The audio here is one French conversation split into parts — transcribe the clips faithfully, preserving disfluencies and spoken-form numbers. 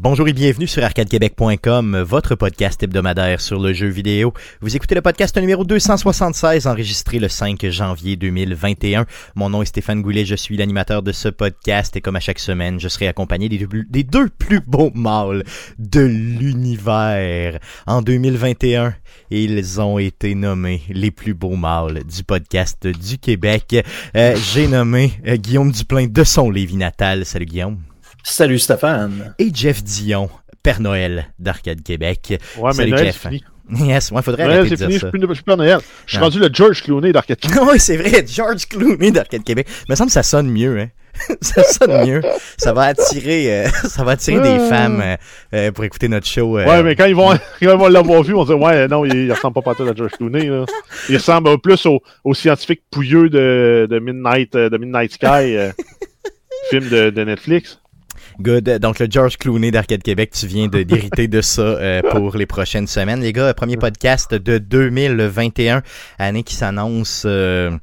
Bonjour et bienvenue sur arcade québec point com, votre podcast hebdomadaire sur le jeu vidéo. Vous écoutez le podcast numéro deux cent soixante-seize, enregistré le cinq janvier deux mille vingt et un. Mon nom est Stéphane Goulet, je suis l'animateur de ce podcast et comme à chaque semaine, je serai accompagné des deux, des deux plus beaux mâles de l'univers. En deux mille vingt et un, ils ont été nommés les plus beaux mâles du podcast du Québec. Euh, j'ai nommé euh, Guillaume Duplain de son Lévis natal. Salut Guillaume. Salut Stéphane. Et Jeff Dion, Père Noël d'Arcade Québec. Ouais, Salut mais Noël, Jeff. c'est fini. Yes, ouais, faudrait Noël, arrêter de c'est dire fini, ça. je suis plus, je suis plus Père Noël. Je suis Non. rendu le George Clooney d'Arcade Québec. Oui, c'est vrai, George Clooney d'Arcade Québec. Il me semble que ça sonne mieux, hein. Ça sonne mieux. Ça va attirer, euh, ça va attirer des femmes euh, euh, pour écouter notre show. Euh... Ouais, mais quand ils vont, quand ils vont l'avoir vu, on va dire, ouais, non, il, il ressemble pas partout à George Clooney, là. Il ressemble plus au, au scientifique pouilleux de, de Midnight, euh, de Midnight Sky, euh, film de, de Netflix. Good. Donc, le George Clooney d'Arcade Québec, tu viens de, d'hériter de ça euh, pour les prochaines semaines. Les gars, premier podcast de deux mille vingt et un, année qui s'annonce euh,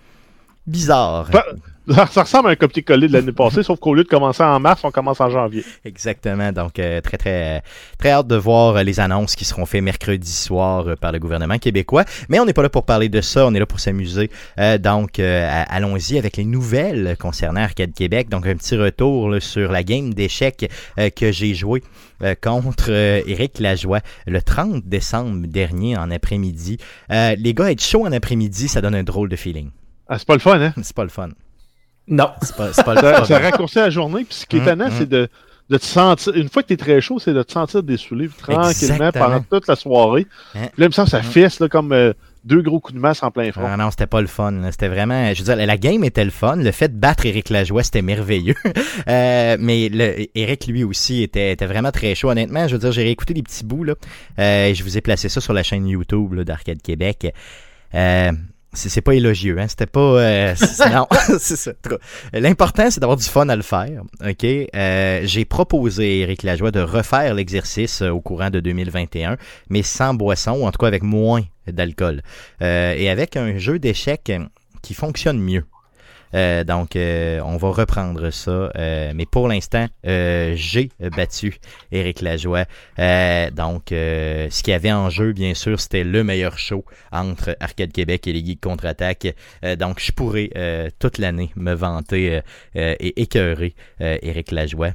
bizarre. Ça, ça, ça ressemble à un copier-coller de l'année passée, sauf qu'au lieu de commencer en mars, on commence en janvier. Exactement. Donc, euh, très, très, très hâte de voir euh, les annonces qui seront faites mercredi soir euh, par le gouvernement québécois. Mais on n'est pas là pour parler de ça, on est là pour s'amuser. Euh, donc, euh, allons-y avec les nouvelles concernant Arcade Québec. Donc, un petit retour là, sur la game d'échecs euh, que j'ai joué euh, contre euh, Éric Lajoie le trente décembre dernier en après-midi. Euh, les gars, être chaud en après-midi, ça donne un drôle de feeling. Ah, c'est pas le fun, hein? C'est pas le fun. Non. C'est pas, c'est pas le Ça, fun. ça raccourcit la journée, puis ce qui est Hum, étonnant, hum. c'est de, de te sentir, une fois que t'es très chaud, c'est de te sentir dessoulé tranquillement Exactement. pendant toute la soirée. Hein? Puis là, il me semble que ça fesse, là, comme euh, deux gros coups de masse en plein front. Ah non, c'était pas le fun. Là. C'était vraiment... Je veux dire, la game était le fun. Le fait de battre Éric Lajoie, c'était merveilleux. euh, mais le, Éric, lui aussi, était, était vraiment très chaud. Honnêtement, je veux dire, j'ai réécouté des petits bouts. Là. Euh, je vous ai placé ça sur la chaîne YouTube là, d'Arcade Québec. Euh... C'est, c'est pas élogieux, hein. C'était pas... Euh, c'est, non, c'est ça. En tout cas, l'important, c'est d'avoir du fun à le faire, OK? Euh, j'ai proposé à Éric Lajoie de refaire l'exercice euh, au courant de deux mille vingt et un, mais sans boisson, ou en tout cas avec moins d'alcool. Euh, et avec un jeu d'échecs qui fonctionne mieux. Euh, donc, euh, on va reprendre ça. Euh, mais pour l'instant, euh, j'ai battu Éric Lajoie. Euh, donc, euh, ce qu'il y avait en jeu, bien sûr, c'était le meilleur show entre Arcade Québec et les Geeks Contre-Attaque. Euh, donc, je pourrais euh, toute l'année me vanter euh, euh, et écœurer euh, Éric Lajoie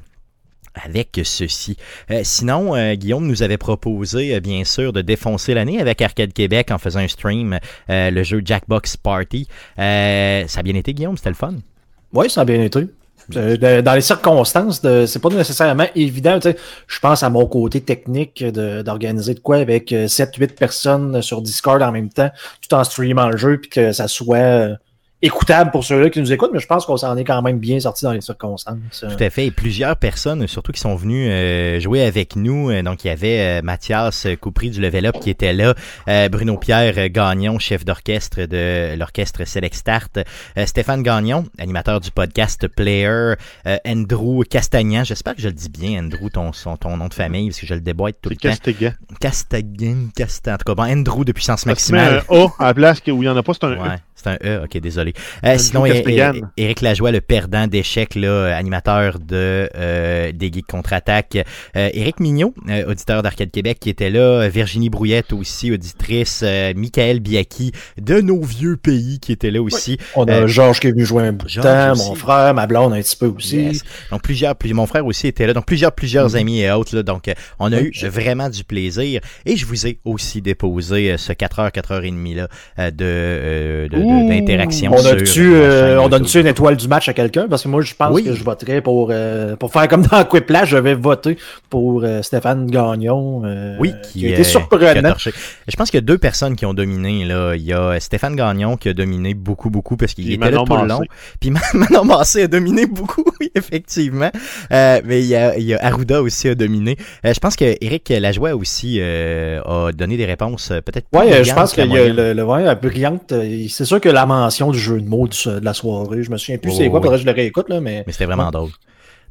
avec ceci. Euh, sinon, euh, Guillaume nous avait proposé, euh, bien sûr, de défoncer l'année avec Arcade Québec en faisant un stream, euh, le jeu Jackbox Party. Euh, ça a bien été, Guillaume? C'était le fun? Oui, ça a bien été. Euh, de- dans les circonstances, de, c'est pas nécessairement évident. Tu sais, je pense à mon côté technique de, d'organiser de quoi avec euh, sept huit personnes sur Discord en même temps, tout en streamant le jeu, puis que ça soit euh, écoutable pour ceux-là qui nous écoutent, mais je pense qu'on s'en est quand même bien sorti dans les circonstances. Tout à fait. Et plusieurs personnes, surtout qui sont venues euh, jouer avec nous. Euh, Donc, il y avait euh, Mathias Coupry du Level Up qui était là, euh, Bruno Pierre Gagnon, chef d'orchestre de l'orchestre Select Start, euh, Stéphane Gagnon, animateur du podcast Player, euh, Andrew Castagnan. J'espère que je le dis bien, Andrew, ton, son, ton nom de famille, parce que je le déboîte tout C'est le temps. Castigan. Castagnan, Castagnan. En tout cas, bon, Andrew de puissance Ça se met maximale. un A à la place où il n'y en a pas, c'est un E. Ouais, c'est un E, ok, désolé. Euh, Andrew sinon, é- Castigan. é- Éric Lajoie, le perdant d'échecs, là, euh, animateur de euh, des Geeks Contre-Attaque. Euh, Éric Mignot, euh, auditeur d'Arcade Québec, qui était là. Virginie Brouillette aussi, auditrice. Euh, Michael Biaki, de nos vieux pays, qui était là aussi. On a Euh, Georges qui est venu jouer un bout de Georges temps, aussi. mon frère, ma blonde un petit peu aussi. Yes. Donc plusieurs, plusieurs, mon frère aussi était là. Donc plusieurs, plusieurs Mhm. amis et autres. Là. Donc euh, on a Oui, eu j'ai- vraiment du plaisir. Et je vous ai aussi déposé euh, ce quatre heures, quatre heures trente là euh, de, euh, de, de- Ouh. d'interaction. On sur a-tu, la euh, chaîne on YouTube. donne-tu une étoile du match à quelqu'un? Parce que moi, je pense Oui. que je voterais pour, euh, pour faire comme dans Quiplash, je vais voter pour euh, Stéphane Gagnon, euh, Oui, qui, qui a euh, été qui a surprenant. torché. Je pense qu'il y a deux personnes qui ont dominé. Là. Il y a Stéphane Gagnon qui a dominé beaucoup, beaucoup parce qu'il Puis était là Manon tout le Massé. long. Puis Man- Manon Massé a dominé beaucoup, oui, effectivement. Euh, mais il y, a, il y a Arruda aussi a dominé. Euh, je pense que Éric Lajoie aussi euh, a donné des réponses euh, peut-être plus Ouais, euh, je brillantes pense que la qu'il y a moyenne. le, le ouais, la brillante. euh, C'est sûr que la mention du jeu de mots du- de la soirée, je me souviens plus Oh, c'est quoi, oui. faudrait que je le réécoute, là, mais. Mais c'était vraiment Ouais. drôle.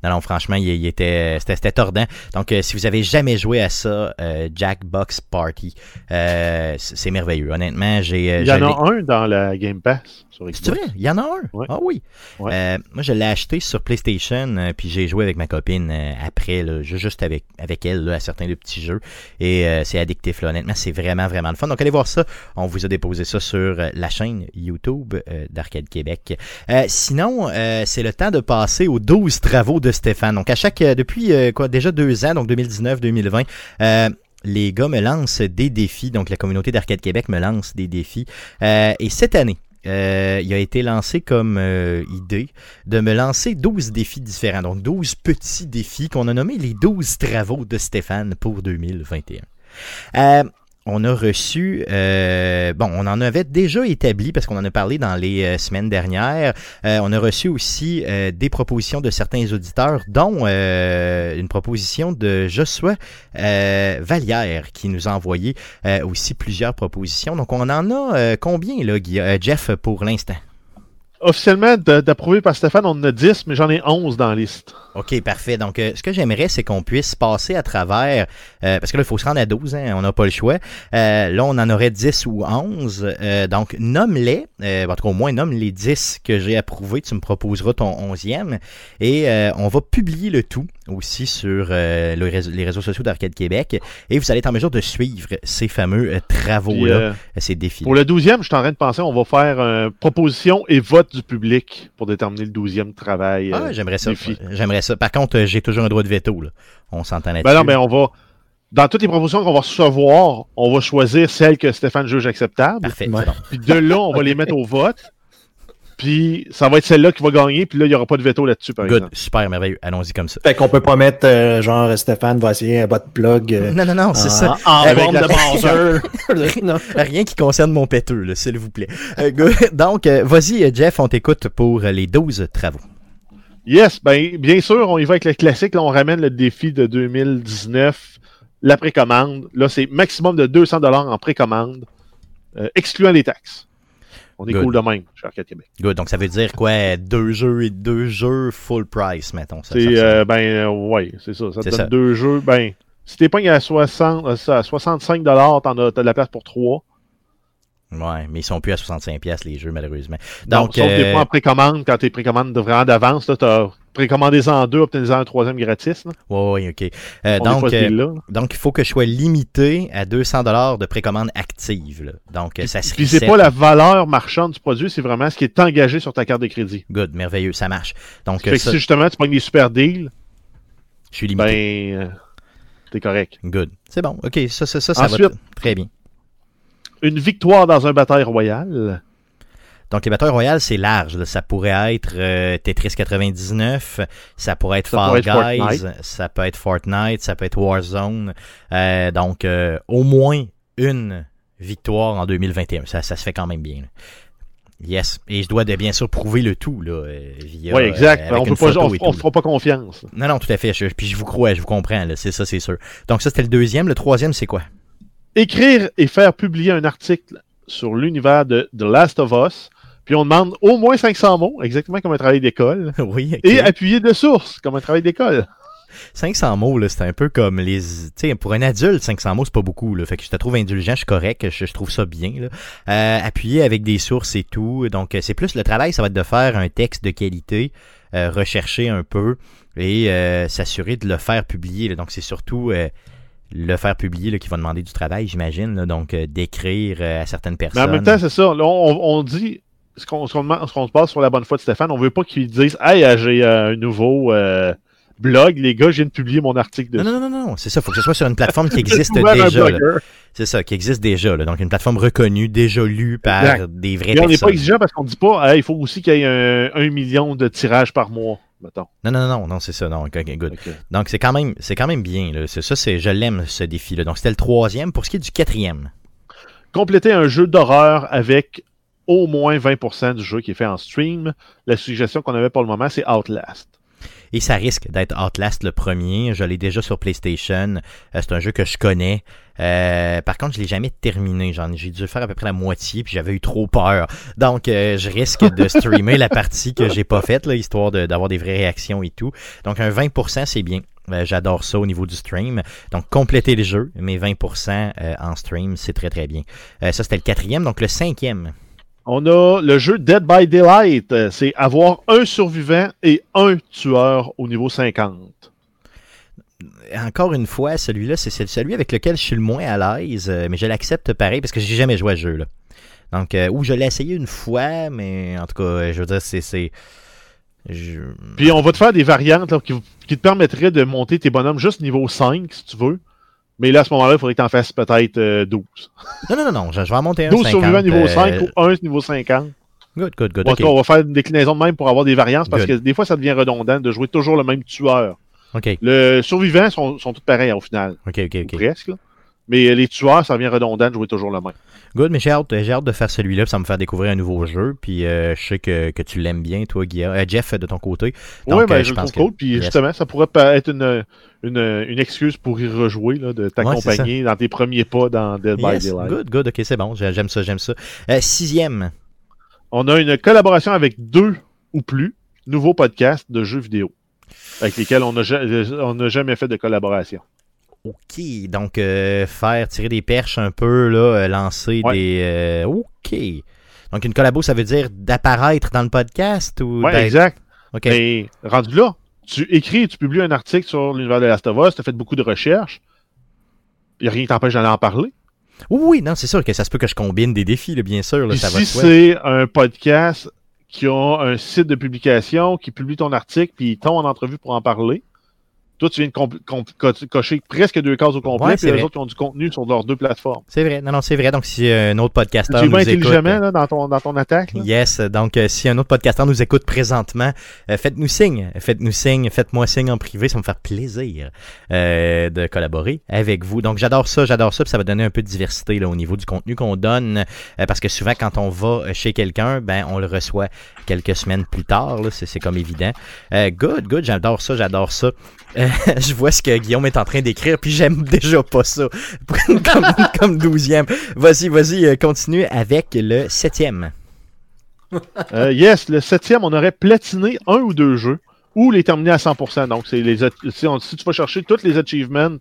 non, non, franchement, il, il était, c'était, c'était tordant. Donc, euh, si vous avez jamais joué à ça, euh, Jackbox Party, euh, c'est, c'est merveilleux. Honnêtement, j'ai... Il y en a un dans la Game Pass sur Xbox. C'est vrai? Il y en a un? Ouais. Ah oui. Ouais. Euh, moi, je l'ai acheté sur PlayStation, euh, puis j'ai joué avec ma copine euh, après, là, juste avec, avec elle, là, à certains de petits jeux. Et euh, c'est addictif, là. Honnêtement, c'est vraiment, vraiment le fun. Donc, allez voir ça. On vous a déposé ça sur euh, la chaîne YouTube euh, d'Arcade Québec. Euh, sinon, euh, c'est le temps de passer aux douze travaux de Stéphane. Donc, à chaque, euh, depuis euh, quoi, déjà deux ans, donc deux mille dix-neuf deux mille vingt, euh, les gars me lancent des défis. Donc, la communauté d'Arcade Québec me lance des défis. Euh, et cette année, Euh, il a été lancé comme euh, idée de me lancer douze défis différents, donc douze petits défis qu'on a nommés les douze travaux de Stéphane pour deux mille vingt et un. Euh, on a reçu, euh, bon, on en avait déjà établi parce qu'on en a parlé dans les euh, semaines dernières. Euh, on a reçu aussi euh, des propositions de certains auditeurs, dont euh, une proposition de Joshua euh, Vallière qui nous a envoyé euh, aussi plusieurs propositions. Donc, on en a euh, combien, là, Guy, euh, Jeff, pour l'instant? Officiellement, d'approuvé par Stéphane, on en a dix, mais j'en ai onze dans la liste. OK, parfait. Donc, euh, ce que j'aimerais, c'est qu'on puisse passer à travers, euh, parce que là, il faut se rendre à douze, hein, on n'a pas le choix. Euh, là, on en aurait dix ou onze. Euh, donc, nomme-les, euh, en tout cas, au moins, nomme les dix que j'ai approuvés. Tu me proposeras ton onzième. Et euh, on va publier le tout aussi sur euh, le réseau, les réseaux sociaux d'Arcade Québec. Et vous allez être en mesure de suivre ces fameux euh, travaux-là, euh, ces défis. Pour le douzième, je suis en train de penser, on va faire euh, proposition et vote du public pour déterminer le douzième travail. Ah, euh, j'aimerais ça. défi. J'aimerais ça. Par contre, euh, j'ai toujours un droit de veto, là. On s'entend là-dessus. Ben non, mais on va... Dans toutes les propositions qu'on va recevoir, on va choisir celles que Stéphane juge acceptables. Parfait, Ouais. c'est bon. Puis de là, on va les mettre au vote. Puis ça va être celle-là qui va gagner. Puis là, il n'y aura pas de veto là-dessus, par Good, exemple. super, merveilleux. Allons-y comme ça. Fait qu'on peut pas mettre, euh, genre, Stéphane va essayer un bot plug. Euh, Non, non, non, c'est en, ça. En Avec forme la- de buzzer. Non. Rien qui concerne mon péteux, là, s'il vous plaît. Euh, good. Donc, euh, vas-y, euh, Jeff, on t'écoute pour euh, les douze travaux. Yes, ben bien sûr, on y va avec le classique. Là, on ramène le défi de deux mille dix-neuf, la précommande. Là, c'est maximum de deux cents dollars en précommande, euh, excluant les taxes. On est Good. cool de même chez Arcade Québec. Good. Donc, ça veut dire quoi? Deux jeux et deux jeux full price, mettons. Ça, ça C'est, ressemble. euh, ben, euh, ouais, c'est ça. Ça te C'est donne ça. deux jeux. Ben, si t'es pogné à soixante, euh, ça, à soixante-cinq dollars, t'en as, t'as de la place pour trois. Ouais, mais ils sont plus à soixante-cinq piastres les jeux, malheureusement. Donc, Donc, sauf des euh, fois en précommande, quand t'es précommande vraiment d'avance, là, t'as précommandé-en en deux, obtenez-en un troisième gratis. Là. ouais, ouais, OK. Euh, On est donc, pas ce euh, deal-là, là. donc, il faut que je sois limité à deux cents dollars de précommande active. Là. Donc, euh, ça se Puis c'est reset. pas la valeur marchande du produit, c'est vraiment ce qui est engagé sur ta carte de crédit. Good, merveilleux, ça marche. Donc, Fait euh, que ça, si justement tu pognes des super deals, je suis limité. ben, euh, t'es correct. Good. C'est bon. OK, ça, ça, ça, ça Ensuite- va t- très bien. Une victoire dans un bataille royale. Donc, les batailles royales, c'est large. Là. Ça pourrait être euh, Tetris quatre-vingt-dix-neuf, ça pourrait être Ça Fall pourrait être Guys, Fortnite. ça peut être Fortnite, ça peut être Warzone. Euh, donc, euh, au moins une victoire en deux mille vingt et un. Ça, ça se fait quand même bien. Là. Yes. Et je dois de, bien sûr prouver le tout là, euh, via. Oui, exact. euh, avec on une peut pas, photo on, et on tout, fera pas confiance. Non, non, tout à fait. Je, puis je vous crois, je vous comprends. Là. C'est ça, c'est sûr. Donc, ça, c'était le deuxième. Le troisième, c'est quoi? Écrire et faire publier un article sur l'univers de The Last of Us, puis on demande au moins cinq cents mots, exactement comme un travail d'école, Oui, ok. et appuyer de source, comme un travail d'école. cinq cents mots, là, c'est un peu comme les... Tu sais, pour un adulte, cinq cents mots, c'est pas beaucoup. Là, fait que je te trouve indulgent, je suis correct, je, je trouve ça bien. Là. Euh, appuyer avec des sources et tout. Donc, euh, c'est plus le travail, ça va être de faire un texte de qualité, euh, rechercher un peu et euh, s'assurer de le faire publier. Là. Donc, c'est surtout... Euh, le faire publier là, qui va demander du travail, j'imagine. Là, donc, euh, d'écrire euh, à certaines Mais personnes. en même temps, c'est ça. Là, on, on dit ce qu'on, ce, qu'on, demande- ce qu'on se passe sur la bonne foi de Stéphane. On veut pas qu'ils disent Hey, euh, j'ai euh, un nouveau euh, blog, les gars, je viens de publier mon article Non, dessus. non, non, non, non, c'est ça. Il faut que ce soit sur une plateforme qui existe J'ai ouvert un déjà. là. blogueur. C'est ça, qui existe déjà. Là. Donc, une plateforme reconnue, déjà lue par Exact. des vraies Et on n'est personnes. pas exigeant parce qu'on dit pas Hey, il faut aussi qu'il y ait un, un million de tirages par mois, mettons. Non, non, non, non, c'est ça. Non, ok, ok, good. Ok. Donc, c'est quand même, c'est quand même bien. Là. C'est ça, c'est, je l'aime, ce défi-là. Donc, c'était le troisième. Pour ce qui est du quatrième. Compléter un jeu d'horreur avec au moins vingt pour cent du jeu qui est fait en stream. La suggestion qu'on avait pour le moment, c'est Outlast. Et ça risque d'être Outlast le premier. Je l'ai déjà sur PlayStation. Euh, c'est un jeu que je connais. Euh, par contre, je l'ai jamais terminé. J'en, j'ai dû faire à peu près la moitié, puis j'avais eu trop peur. Donc, euh, je risque de streamer la partie que j'ai pas faite, là, histoire de, d'avoir des vraies réactions et tout. Donc, un vingt pour cent, c'est bien. Euh, j'adore ça au niveau du stream. Donc, compléter le jeu, mais vingt pour cent euh, en stream, c'est très très bien. Euh, ça, c'était le quatrième. Donc, le cinquième. On a le jeu Dead by Daylight. C'est avoir un survivant et un tueur au niveau cinquante. Encore une fois, celui-là, c'est celui avec lequel je suis le moins à l'aise, euh, mais je l'accepte pareil parce que j'ai jamais joué à ce jeu-là. Donc, euh, ou je l'ai essayé une fois, mais en tout cas, je veux dire, c'est... c'est je... Puis on va te faire des variantes là, qui, qui te permettraient de monter tes bonhommes juste niveau cinq, si tu veux. Mais là, à ce moment-là, il faudrait que tu en fasses peut-être euh, douze. Non, non, non, non, je, je vais en monter un douze survivants niveau euh... cinq ou un niveau cinquante. Good, good, good. Bon, Okay. On va faire une déclinaison de même pour avoir des variantes parce good. que des fois, ça devient redondant de jouer toujours le même tueur. OK. Les survivants sont, sont tous pareils au final. OK, OK, OK. Presque. Là. Mais les tueurs, ça devient redondant de jouer toujours le même. Good, mais j'ai hâte, j'ai hâte de faire celui-là, puis ça va me faire découvrir un nouveau jeu. Puis euh, je sais que, que tu l'aimes bien, toi, Guillaume. Euh, Jeff, de ton côté. Donc, oui, ben, euh, je, je pense le trouve cool. Puis yes. justement, ça pourrait être une, une, une excuse pour y rejouer, là, de t'accompagner ouais, dans tes premiers pas dans Dead yes, by Daylight. Good, good, ok, c'est bon. J'aime ça, j'aime ça. Euh, sixième. On a une collaboration avec deux ou plus nouveaux podcasts de jeux vidéo avec lesquels on n'a jamais fait de collaboration. OK, donc euh, faire tirer des perches un peu, là, lancer ouais. des... Euh, OK. Donc une collabo, ça veut dire d'apparaître dans le podcast ou... Oui, exact. OK. Mais rendu là, tu écris et tu publies un article sur l'univers de Last of Us, tu as fait beaucoup de recherches, il n'y a rien qui t'empêche d'aller en parler. Oui, oui, non, c'est sûr que ça se peut que je combine des défis, là, bien sûr. Là, ça si va c'est un podcast qui a un site de publication, qui publie ton article, puis ils t'ont en entrevue pour en parler, toi, tu viens de comp- comp- co- cocher presque deux cases au complet, ouais, puis les autres qui ont du contenu sur leurs deux plateformes. C'est vrai, non, non, c'est vrai. Donc, si un autre podcasteur tu nous écoute... Tu intelligemment là, dans, ton, dans ton attaque. Là. Yes, donc euh, si un autre podcasteur nous écoute présentement, euh, faites-nous signe, faites-nous signe, faites-moi signe en privé, ça va me faire plaisir euh, de collaborer avec vous. Donc, j'adore ça, j'adore ça, puis ça va donner un peu de diversité là, au niveau du contenu qu'on donne, euh, parce que souvent, quand on va chez quelqu'un, ben on le reçoit quelques semaines plus tard, là, c'est, c'est comme évident. Euh, good, good, j'adore ça, j'adore ça. Euh, je vois ce que Guillaume est en train d'écrire, puis j'aime déjà pas ça. comme, comme douzième. Vas-y, vas-y, continue avec le septième. euh, yes, le septième, on aurait platiné un ou deux jeux, ou les terminer à cent pour cent. Donc, c'est les, si, on, si tu vas chercher tous les achievements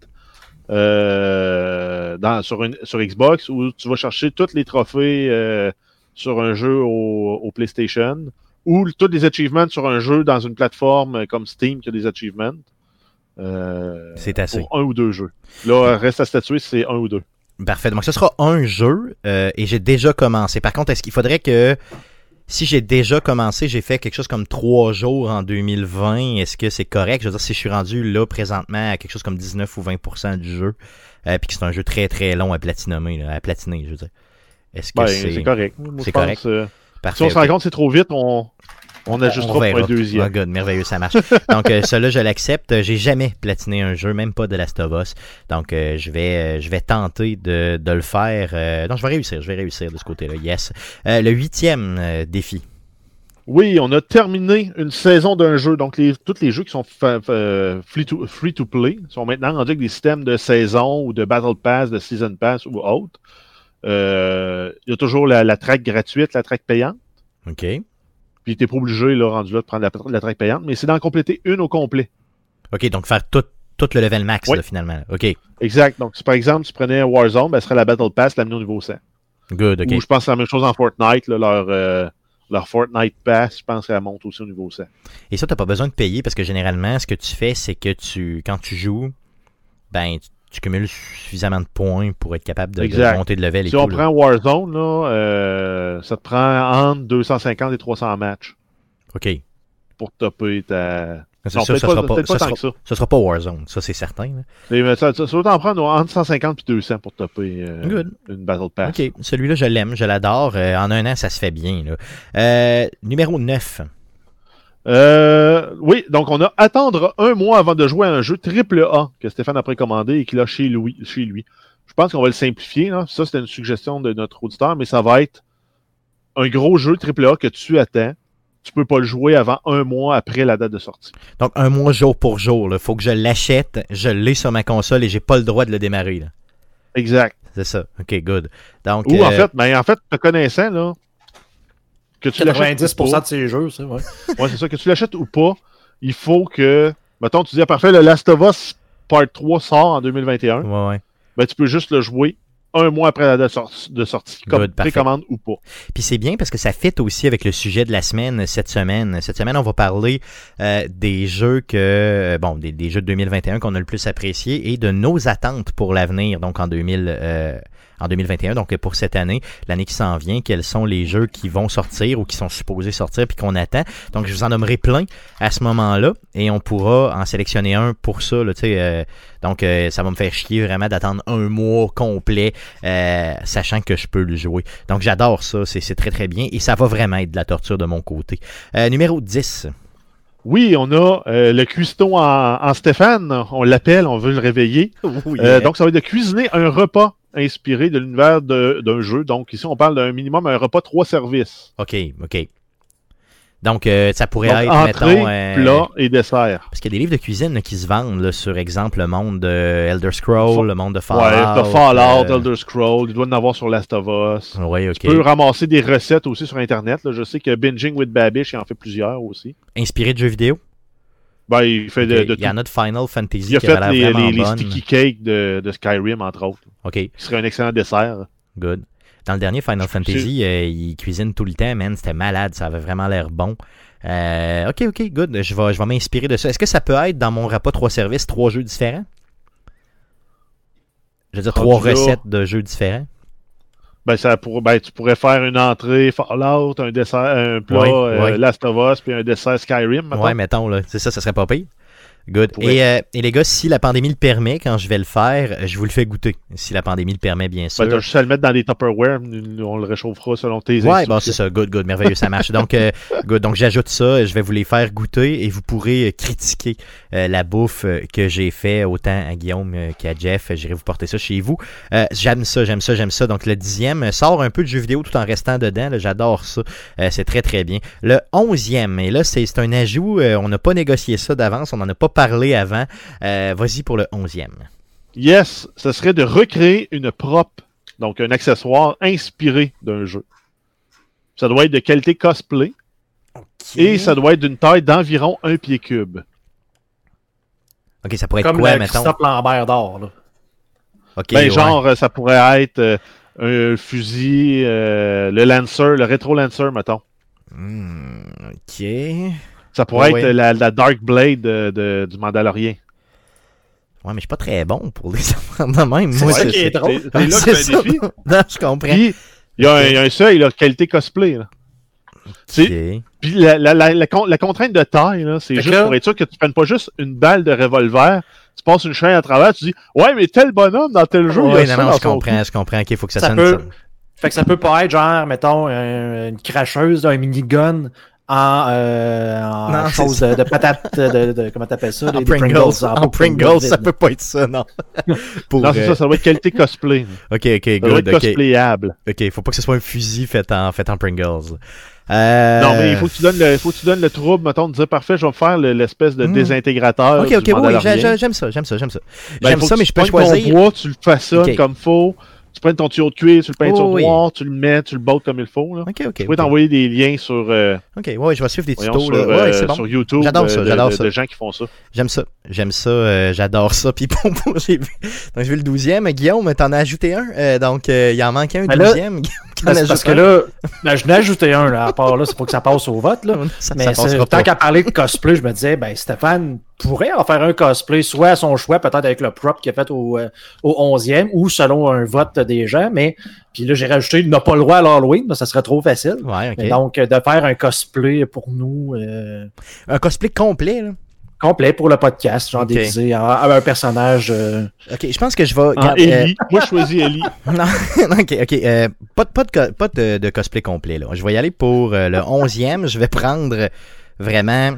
euh, dans, sur, une, sur Xbox, ou tu vas chercher tous les trophées euh, sur un jeu au, au PlayStation, ou tous les achievements sur un jeu dans une plateforme comme Steam qui a des achievements. Euh, c'est assez. Pour un ou deux jeux. Là, reste à statuer si c'est un ou deux. Parfait. Donc, ce sera un jeu euh, et j'ai déjà commencé. Par contre, est-ce qu'il faudrait que si j'ai déjà commencé, j'ai fait quelque chose comme trois jours en deux mille vingt, est-ce que c'est correct? Je veux dire, si je suis rendu là présentement à quelque chose comme dix-neuf ou vingt pour cent du jeu, euh, puis que c'est un jeu très très long à platiner, là, à platiner, je veux dire. Est-ce que ben, c'est... c'est correct. Moi, c'est correct. Pense, euh, Parfait, si on okay. se rend compte que c'est trop vite, on... On ajustera pour un deuxième. Oh God, merveilleux, ça marche. Donc, euh, celui-là, je l'accepte. J'ai jamais platiné un jeu, même pas de Last of Us. Donc, euh, je vais euh, je vais tenter de, de le faire. Euh, non, je vais réussir. Je vais réussir de ce côté-là. Yes. Euh, le huitième euh, défi. Oui, on a terminé une saison d'un jeu. Donc, les, tous les jeux qui sont fa- fa- free, to, free to play sont maintenant rendus avec des systèmes de saison ou de Battle Pass, de Season Pass ou autre. Euh, il y a toujours la, la track gratuite, la track payante. OK. Puis t'es pas obligé, là, rendu là, de prendre la, la track payante, mais c'est d'en compléter une au complet. OK, donc faire tout, tout le level max, oui. là, finalement. OK. Exact. Donc, si par exemple, tu prenais Warzone, ben, ce serait la Battle Pass, l'amener au niveau cent. Good, OK. Ou je pense que c'est la même chose en Fortnite, là, leur, euh, leur Fortnite Pass, je pense qu'elle monte aussi au niveau cent. Et ça, t'as pas besoin de payer, parce que généralement, ce que tu fais, c'est que tu, quand tu joues, ben, tu, tu cumules suffisamment de points pour être capable de, de monter de level et si tout. Si on prend Warzone, là, euh, ça te prend entre deux cent cinquante et trois cents matchs. OK. Pour topper ta... C'est non, sûr, ça, pas, sera pas, ça, pas sera, ça. ça sera pas Warzone, ça c'est certain. Là. Ça, ça, ça va t'en prendre entre cent cinquante et deux cents pour topper euh, une Battle Pass. OK, celui-là je l'aime, je l'adore. Euh, en un an, ça se fait bien. Là. Euh, numéro neuf. Euh, oui, donc on a attendre un mois avant de jouer à un jeu triple A que Stéphane a précommandé et qu'il a chez lui. Chez lui. Je pense qu'on va le simplifier. Là. Ça, c'était une suggestion de notre auditeur, mais ça va être un gros jeu triple A que tu attends. tu peux pas le jouer avant un mois après la date de sortie. Donc, un mois jour pour jour. Il faut que je l'achète, je l'ai sur ma console et j'ai pas le droit de le démarrer. Là. Exact. C'est ça. OK, good. Donc, Ou euh... en fait, ben, en fait, te connaissant, là, que tu quatre-vingt-dix pour cent de ces jeux, c'est vrai. Ouais, c'est ça. Que tu l'achètes ou pas, il faut que, mettons, tu dis, ah, parfait, le Last of Us Part trois sort en deux mille vingt et un. Ouais, ouais. Ben, tu peux juste le jouer un mois après la date de sortie, comme Good, précommande ou pas. Puis c'est bien parce que ça fit aussi avec le sujet de la semaine cette semaine. Cette semaine, on va parler euh, des jeux que bon, des, des jeux de deux mille vingt et un qu'on a le plus appréciés et de nos attentes pour l'avenir, donc en deux mille euh, en deux mille vingt et un, donc pour cette année, l'année qui s'en vient, quels sont les jeux qui vont sortir ou qui sont supposés sortir puis qu'on attend. Donc je vous en nommerai plein à ce moment-là et on pourra en sélectionner un pour ça, là, tu sais. Euh, donc euh, ça va me faire chier vraiment d'attendre un mois complet, euh, sachant que je peux le jouer. Donc j'adore ça, c'est, c'est très très bien et ça va vraiment être de la torture de mon côté. Euh, numéro dix. Oui, on a euh, le cuistot en, en Stéphane, on l'appelle, on veut le réveiller. Oh, yeah. euh, donc ça va être de cuisiner un repas inspiré de l'univers de, d'un jeu. Donc ici, on parle d'un minimum, un repas trois services. OK, OK. Donc, euh, ça pourrait Donc, être, entrée, mettons... Euh, plat et dessert. Parce qu'il y a des livres de cuisine là, qui se vendent, là, sur exemple, le monde de Elder Scrolls, Fa- le monde de Fallout. Ouais, de Fallout, euh... Elder Scrolls, il doit en avoir sur Last of Us. Ouais, OK. Tu peux ramasser des recettes aussi sur Internet. Là. Je sais que Binging with Babish, il en fait plusieurs aussi. Inspiré de jeux vidéo? Ben, il fait de, Okay. de Il y en tout. a de Final Fantasy Il a qui fait avait les, l'air vraiment les, les bonne. sticky cakes de, de Skyrim, entre autres. OK, Qui serait un excellent dessert. good. Dans le dernier Final Fantasy, euh, il cuisine tout le temps, man. C'était malade, ça avait vraiment l'air bon. Euh, ok, ok, good. Je vais, je vais m'inspirer de ça. Est-ce que ça peut être dans mon repas trois services, trois jeux différents? Je veux dire, trois Rendu là. recettes de jeux différents? Ben, ça pour, ben, tu pourrais faire une entrée Fallout, un dessert, un plat Ouais, euh, ouais. Last of Us, puis un dessert Skyrim. Mettons. Ouais, mettons, là. C'est ça, ça serait pas pire. Good. Pourrait. Et, euh, et les gars, si la pandémie le permet, quand je vais le faire, je vous le fais goûter. Si la pandémie le permet, bien sûr. Ben, t'as juste à le mettre dans des Tupperware, on le réchauffera selon tes Ouais, instructions. bon, c'est ça. Good, good. Merveilleux, ça marche. Donc, euh, good. Donc, j'ajoute ça. Je vais vous les faire goûter et vous pourrez euh, critiquer euh, la bouffe euh, que j'ai fait autant à Guillaume euh, qu'à Jeff. J'irai vous porter ça chez vous. Euh, j'aime ça, j'aime ça, j'aime ça. Donc, le dixième euh, sort un peu de jeux vidéo tout en restant dedans. Là, j'adore ça. Euh, c'est très, très bien. Le onzième, et là, c'est, c'est un ajout. Euh, on n'a pas négocié ça d'avance. On n'en a pas parlé avant. Euh, vas-y pour le onzième. Yes, ce serait de recréer une prop, donc un accessoire inspiré d'un jeu. Ça doit être de qualité cosplay et ça doit être d'une taille d'environ un pied cube. Ok, ça pourrait être Comme quoi, le mettons? Christophe Lambert d'or. Là. Ok, Ben, ouais. genre, euh, ça pourrait être euh, un fusil, euh, le Lancer, le Retro Lancer, mettons. Hmm, ok. Ça pourrait Ouais, être ouais. La, la Dark Blade de, de- du Mandalorien. Ouais, mais je suis pas très bon pour les enfants de même. C'est Moi, ça c'est- qui est drôle. C'est c'est là C'est que c'est ça. un défi. Non, je comprends. Puis, il y, a un- il y a un seuil, là, qualité cosplay. Là. C'est- Ok. Puis la, la, la, la, con- la contrainte de taille, là, c'est Fait juste que là- pour être sûr que tu prennes pas juste une balle de revolver, tu passes une chaîne à travers, tu dis « Ouais, mais tel bonhomme dans tel jeu, il Ouais, a ça non, non, dans je son comprends, je comprends. Ok, faut que ça, Ça sonne peut- ça. Fait que ça peut pas être genre, mettons, un- une cracheuse, un minigun en, euh, en Non, chose c'est de, de patate, de, de- comment t'appelles ça? En des- des Pringles, en en Pringles, vide. ça peut pas être ça, non. Pour, Non, c'est euh, ça, ça doit être qualité cosplay. Ok, ok, Ça doit good, être ok. cosplayable. Ok, faut pas que ce soit un fusil fait en, fait en Pringles. Euh... Non, mais il faut que tu donnes le, il faut que tu donnes le trouble, mettons, de dire parfait, je vais faire le- l'espèce de Hmm. désintégrateur. Ok, du ok, oui, Mandalorian. j'ai- j'ai- j'aime ça, j'aime ça, j'aime ça. Ben, J'aime faut ça, que mais tu je peux prennes ton choisir. bois, tu le façonnes Ok. comme faut. Tu prends ton tuyau de cuir, tu le peins Oh, oui. noir, tu le mets, tu le bottes comme il faut. Là. Ok, ok. Je peux ok. t'envoyer des liens sur, euh, Ok, ouais, je vais suivre des voyons, tutos, sur, là. Ouais, euh, c'est bon. sur YouTube J'adore de, ça, de- j'adore de- ça. de gens qui font ça. J'aime ça, j'aime ça, euh, j'adore ça. Puis bon, bon, j'ai vu. Donc, j'ai vu le douzième. Guillaume, t'en as ajouté un. Euh, donc, euh, il en manquait un Mais là, douzième. Guillaume, qui en Ben, c'est ajoute parce que un. là, ben, je n'ai ajouté un, là, à part là, c'est pas que ça passe au vote, là. ça, Mais ça c'est- passera tant pas. qu'à parler de cosplay, je me disais, ben, Stéphane pourrait en faire un cosplay, soit à son choix, peut-être avec le prop qu'il a fait au, euh, au onzième, ou selon un vote des gens, mais, puis là, j'ai rajouté, il n'a pas le droit à l'Halloween, mais ça serait trop facile. Ouais, ok. Mais donc, euh, de faire un cosplay pour nous, euh, Un cosplay complet, là. complet pour le podcast, genre Ok. déguisé en, en un personnage. euh, Ok, je pense que je vais. En regarde, euh, Ellie. Moi, je choisis Ellie. non, ok, ok. euh, pas de, pas, de, co- pas de, de cosplay complet, là. Je vais y aller pour euh, le onzième. Je vais prendre vraiment, tu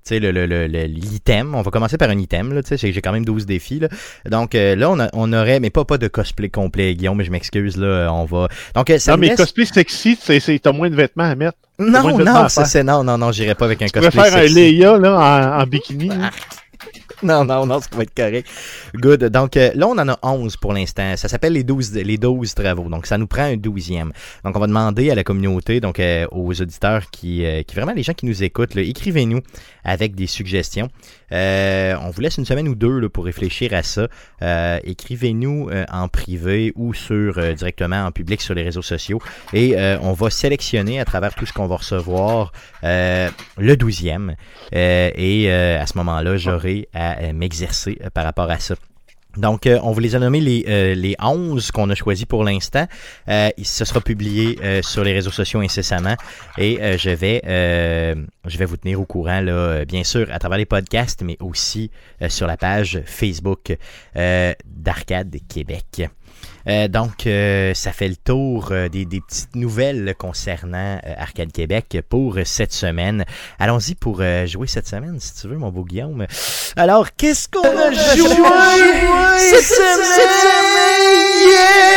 sais, le, le, le, l'item. On va commencer par un item, là, tu sais, j'ai, j'ai quand même douze défis, là. Donc, euh, là, on, a, on aurait, mais pas, pas de cosplay complet, Guillaume, mais je m'excuse, là, on va... Donc, ça non, mais laisse... cosplay sexy, c'est, c'est, t'as moins de vêtements à mettre. Non, non, ça, c'est non, non, non, j'irai pas avec un tu cosplay sexy. Tu peux faire sexy. un Leia, là, en, en bikini. Hein? Non, non, non, ça va être correct. Good. Donc, euh, là, on en a onze pour l'instant. Ça s'appelle les douze, les douze travaux. Donc, ça nous prend un douzième. Donc, on va demander à la communauté, donc euh, aux auditeurs qui, euh, qui, vraiment, les gens qui nous écoutent, là, écrivez-nous avec des suggestions. Euh, on vous laisse une semaine ou deux là, pour réfléchir à ça. Euh, écrivez-nous euh, en privé ou sur euh, directement en public sur les réseaux sociaux. Et euh, on va sélectionner à travers tout ce qu'on va recevoir euh, le douzième. Euh, et euh, à ce moment-là, j'aurai à à m'exercer par rapport à ça. Donc, euh, on vous les a nommés les, euh, les onze qu'on a choisis pour l'instant. Euh, ce sera publié euh, sur les réseaux sociaux incessamment et euh, je vais euh, je vais vous tenir au courant, là, bien sûr, à travers les podcasts, mais aussi euh, sur la page Facebook euh, d'Arcade Québec. Euh, donc, euh, ça fait le tour euh, des, des petites nouvelles concernant euh, Arcade Québec pour euh, cette semaine. Allons-y pour euh, jouer cette semaine, si tu veux, mon beau Guillaume. Alors, qu'est-ce qu'on a joué, joué cette semaine?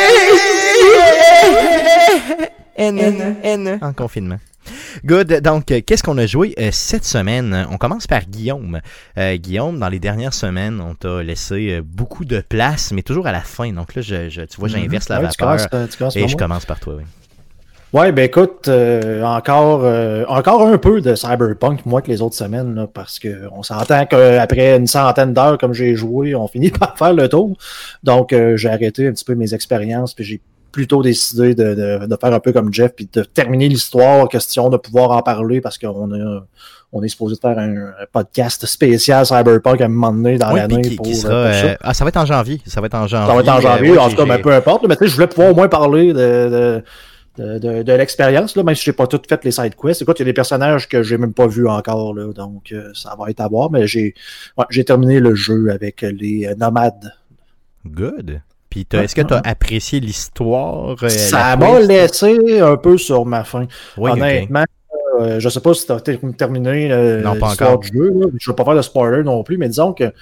Yeah! Yeah! N, N, en confinement. Good. Donc, qu'est-ce qu'on a joué euh, cette semaine? On commence par Guillaume. Euh, Guillaume, dans les dernières semaines, on t'a laissé euh, beaucoup de place, mais toujours à la fin. Donc là, je, je, tu vois, j'inverse mm-hmm. la ouais, vapeur tu commences, tu commences et je moi. commence par toi. Oui. Ouais, ben écoute, euh, encore euh, encore un peu de Cyberpunk, moins que les autres semaines, là, parce que on s'entend qu'après une centaine d'heures, comme j'ai joué, on finit par faire le tour. Donc, euh, j'ai arrêté un petit peu mes expériences, puis j'ai plutôt décidé de, de, de faire un peu comme Jeff, puis de terminer l'histoire, question de pouvoir en parler, parce qu'on a on est supposé de faire un, un podcast spécial Cyberpunk à un moment donné dans oui, l'année. Qui, pour, qui sera, pour ça. Euh, ah, ça va être en janvier. Ça va être en janvier. Ça va être en janvier, euh, ouais, en tout cas, ben, peu importe. Mais tu sais, je voulais pouvoir au moins parler de... de De, de, de l'expérience, là, même si j'ai pas tout fait les side quests. Écoute, il y a des personnages que j'ai même pas vus encore, là, donc euh, ça va être à voir, mais j'ai ouais, j'ai terminé le jeu avec les euh, nomades. Good. Puis t'as, est-ce que tu as apprécié l'histoire? Euh, ça m'a twist? laissé un peu sur ma faim. Oui, honnêtement, okay. euh, je sais pas si tu as terminé euh, non, pas l'histoire encore. du jeu. Là. Je ne veux pas faire de spoiler non plus, mais disons que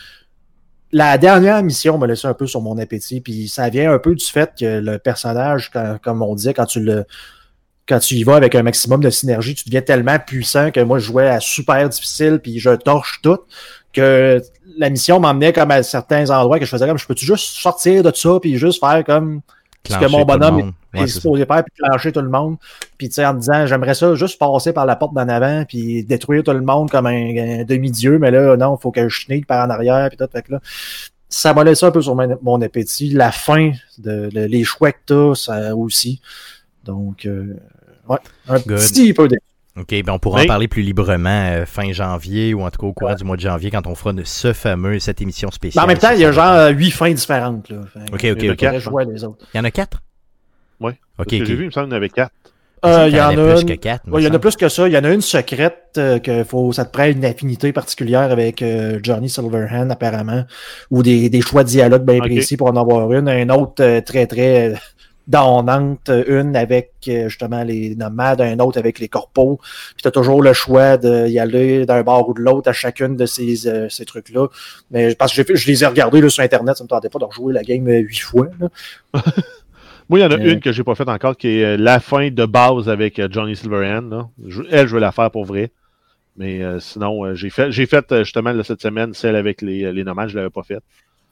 la dernière mission m'a laissé un peu sur mon appétit, puis ça vient un peu du fait que le personnage, quand, comme on disait, quand tu le quand tu y vas avec un maximum de synergie, tu deviens tellement puissant que moi, je jouais à super difficile, puis je torche tout, que la mission m'emmenait comme à certains endroits que je faisais comme, je peux-tu juste sortir de ça, puis juste faire comme clencher ce que mon bonhomme est, ouais, est supposé faire, puis clencher tout le monde. Puis tu sais, en me disant, j'aimerais ça juste passer par la porte d'en avant, puis détruire tout le monde comme un, un demi-dieu, mais là, non, il faut que je sneak par en arrière, puis tout, fait que là, ça m'a laissé un peu sur mon, mon appétit. La fin, de, de les choix que t'as, ça aussi. Donc, euh, ouais, un Good. petit peu de... OK, ben on pourra oui. en parler plus librement euh, fin janvier ou en tout cas au courant ouais. du mois de janvier quand on fera de ce fameux, cette émission spéciale. Mais en même temps, il y a genre huit fins différentes. Là. Enfin, OK, OK, OK. Les autres. Il y en a quatre? Oui. OK, okay. okay. J'ai vu, il me semble qu'il y en avait quatre. Euh, il y en a plus une... que quatre. Ouais, il y en a plus que ça. Il y en a une secrète euh, que faut, ça te prend une affinité particulière avec euh, Johnny Silverhand, apparemment, ou des, des choix de dialogue bien okay. précis pour en avoir une. Un autre euh, très, très... Euh, donnante, une avec justement les nomades, un autre avec les corpos. Puis tu as toujours le choix d'y aller d'un bord ou de l'autre à chacune de ces, euh, ces trucs-là. Mais parce que j'ai fait, je les ai regardés là, sur Internet, ça me tentait pas de rejouer la game huit fois. Là. Moi, il y en a euh... une que j'ai pas faite encore, qui est la fin de base avec Johnny Silverhand. Là. Je, elle, je veux la faire pour vrai. Mais euh, sinon, euh, j'ai fait, j'ai fait justement là, cette semaine celle avec les, les nomades, je l'avais pas faite.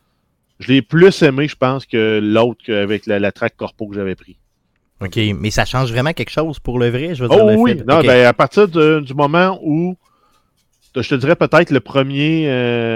Je l'ai plus aimé, je pense, que l'autre avec la, la track corpo que j'avais pris. OK, mais ça change vraiment quelque chose pour le vrai, je veux dire. Oh le oui, fait... non, okay. ben, à partir de, du moment où, je te dirais peut-être le premier,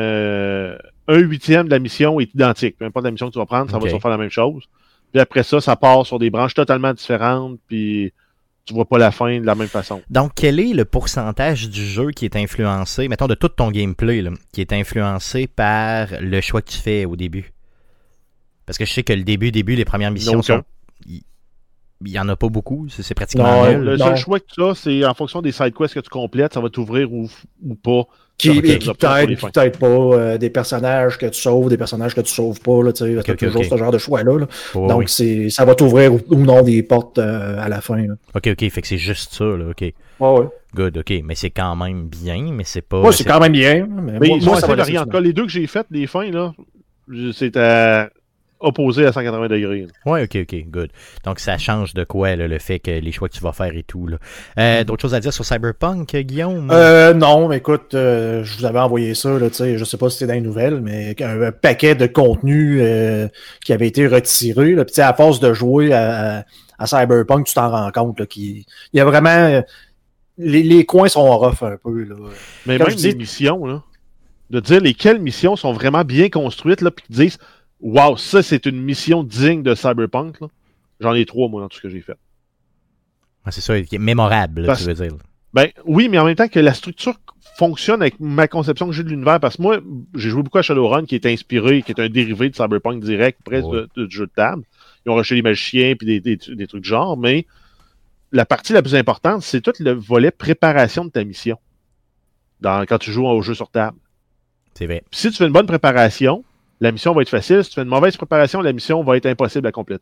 euh, un huitième de la mission est identique. Peu importe la mission que tu vas prendre, ça okay. va toujours faire la même chose. Puis après ça, ça part sur des branches totalement différentes, puis tu vois pas la fin de la même façon. Donc, quel est le pourcentage du jeu qui est influencé, mettons de tout ton gameplay, là, qui est influencé par le choix que tu fais au début? Parce que je sais que le début, début, les premières missions Donc, sont... il y en a pas beaucoup, c'est, c'est pratiquement Non, nul. Le Non. seul choix que tu as, c'est en fonction des side quests que tu complètes, ça va t'ouvrir ou, ou pas. Qui, Ça va et être qui des options pour les t'aide, fins. qui t'aide pas, euh, des personnages que tu sauves, des personnages que tu sauves pas, là, tu sais, t'as ok, toujours ok. ce genre de choix-là. Là. Ouais, Donc, ouais. c'est, ça va t'ouvrir ou, ou non des portes euh, à la fin. Là. Ok, ok, fait que c'est juste ça, là, ok. Ouais, ouais. Good, ok, mais c'est quand même bien, mais c'est pas... Moi, c'est quand même bien. Mais, Mais moi, ils moi, sont ça assez va laisser variés. En du tout cas, les deux que j'ai faites, les fins, là, je- c'est à opposé à cent quatre-vingts degrés. là. Ouais, ok, ok, good. Donc ça change de quoi, là, le fait que les choix que tu vas faire et tout, là. Euh, d'autres choses à dire sur Cyberpunk, Guillaume? Euh, non, mais écoute, euh, je vous avais envoyé ça, là, tu sais, je sais pas si c'était dans les nouvelles, mais un, un paquet de contenu euh, qui avait été retiré. Là, puis, tu sais, à force de jouer à, à Cyberpunk, tu t'en rends compte là, qu'il il y a vraiment... euh, Les, les coins sont rough un peu. Là. Mais Comme même je dis- les missions, là, de dire lesquelles missions sont vraiment bien construites, là, puis qu'ils disent « Wow, ça, c'est une mission digne de Cyberpunk. » là. J'en ai trois, moi, dans tout ce que j'ai fait. Ouais, c'est ça, qui est mémorable, là, Parce- tu veux dire. Ben oui, mais en même temps que la structure fonctionne avec ma conception que j'ai de l'univers, parce que moi, j'ai joué beaucoup à Shadowrun, qui est inspiré, qui est un dérivé de Cyberpunk direct, presque Ouais. de, de jeu de table. Ils ont rejeté les magiciens puis des, des, des trucs de genre, mais la partie la plus importante, c'est tout le volet préparation de ta mission dans, quand tu joues au jeu sur table. C'est vrai. Puis si tu fais une bonne préparation, la mission va être facile. Si tu fais une mauvaise préparation, la mission va être impossible à compléter.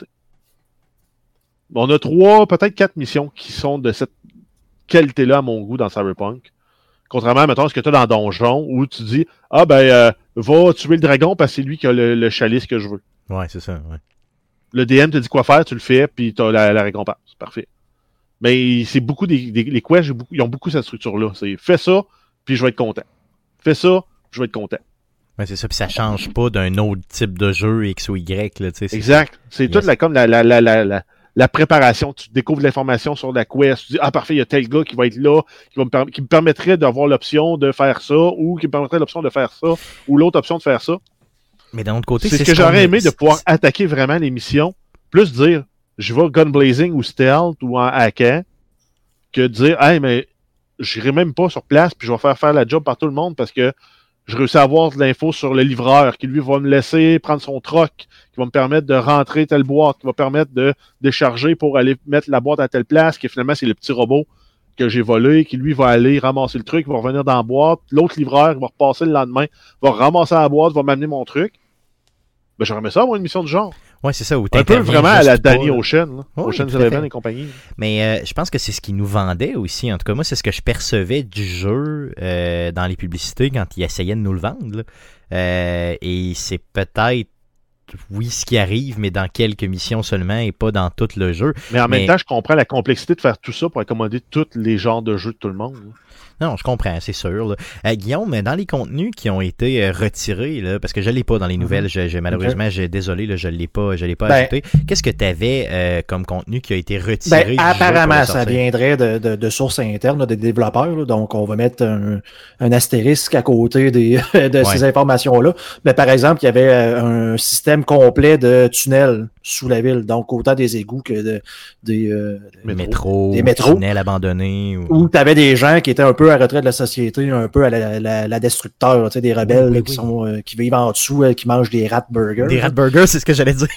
On a trois, peut-être quatre missions qui sont de cette qualité-là à mon goût dans Cyberpunk. Contrairement, mettons, à ce que tu as dans Donjon, où tu dis « Ah, ben, euh, va tuer le dragon parce que c'est lui qui a le, le chalice que je veux. Ouais, c'est ça, ouais. » Le D M te dit quoi faire, tu le fais, puis tu as la, la récompense. Parfait. Mais c'est beaucoup des, des les quests, j'ai beaucoup, ils ont beaucoup cette structure-là. C'est « Fais ça, puis je vais être content. Fais ça, je vais être content. » Ouais, c'est ça, puis ça change pas d'un autre type de jeu X ou Y, là, tu sais. c'est- Exact. C'est Yes. toute la, comme la, la, la, la, la, la préparation. Tu découvres l'information sur la quest. Tu dis, ah, parfait, il y a tel gars qui va être là, qui, va me, per- qui me permettrait d'avoir l'option de faire ça, ou qui me permettrait l'option de faire ça, ou l'autre option de faire ça. Mais d'un autre côté, C'est ce que qu'on j'aurais est- aimé de pouvoir attaquer vraiment les missions, plus dire, je vais gun blazing ou stealth ou en hackant, que de dire, hey, mais j'irai même pas sur place, puis je vais faire faire la job par tout le monde parce que je réussis à avoir de l'info sur le livreur qui, lui, va me laisser prendre son troc, qui va me permettre de rentrer telle boîte, qui va permettre de décharger pour aller mettre la boîte à telle place, qui finalement, c'est le petit robot que j'ai volé, qui, lui, va aller ramasser le truc, va revenir dans la boîte. L'autre livreur va repasser le lendemain, va ramasser la boîte, va m'amener mon truc. Ben, j'aurais aimé ça avoir une mission de genre. Ouais, c'est ça, où Un peu t'interviens vraiment à juste la pas, Danny là. Ocean, là. Oui, Ocean's tout à Eleven fait. et compagnie. Mais euh, je pense que c'est ce qu'ils nous vendaient aussi. En tout cas, moi, c'est ce que je percevais du jeu euh, dans les publicités quand ils essayaient de nous le vendre. là. Euh, et c'est peut-être, oui, ce qui arrive, mais dans quelques missions seulement et pas dans tout le jeu. Mais en Mais- même temps, je comprends la complexité de faire tout ça pour accommoder tous les genres de jeux de tout le monde. là. Non, je comprends, c'est sûr. là. Euh, Guillaume, dans les contenus qui ont été euh, retirés, là, parce que je ne l'ai pas dans les nouvelles, je, je- malheureusement, j'ai désolé, là, je ne l'ai pas, je l'ai pas Ben- ajouté. Qu'est-ce que tu avais euh, comme contenu qui a été retiré Ben, du jeu pour apparemment, le ça sortir? viendrait de, de, de sources internes là, des développeurs. là. donc, on va mettre un, un astérisque à côté des, de Ouais. ces informations-là. Mais par exemple, il y avait euh, un système complet de tunnels sous la ville. Donc, autant des égouts que de, des... euh, Métro. Métro, Des métros. tunnels abandonnés. Ou... où tu avais des gens qui étaient un peu à retrait de la société, un peu à la, la, la destructeur, tu sais, des rebelles Oui, oui, là, qui oui. sont euh, qui vivent en dessous, euh, qui mangent des rat burgers. Des rat burgers, c'est ce que j'allais dire.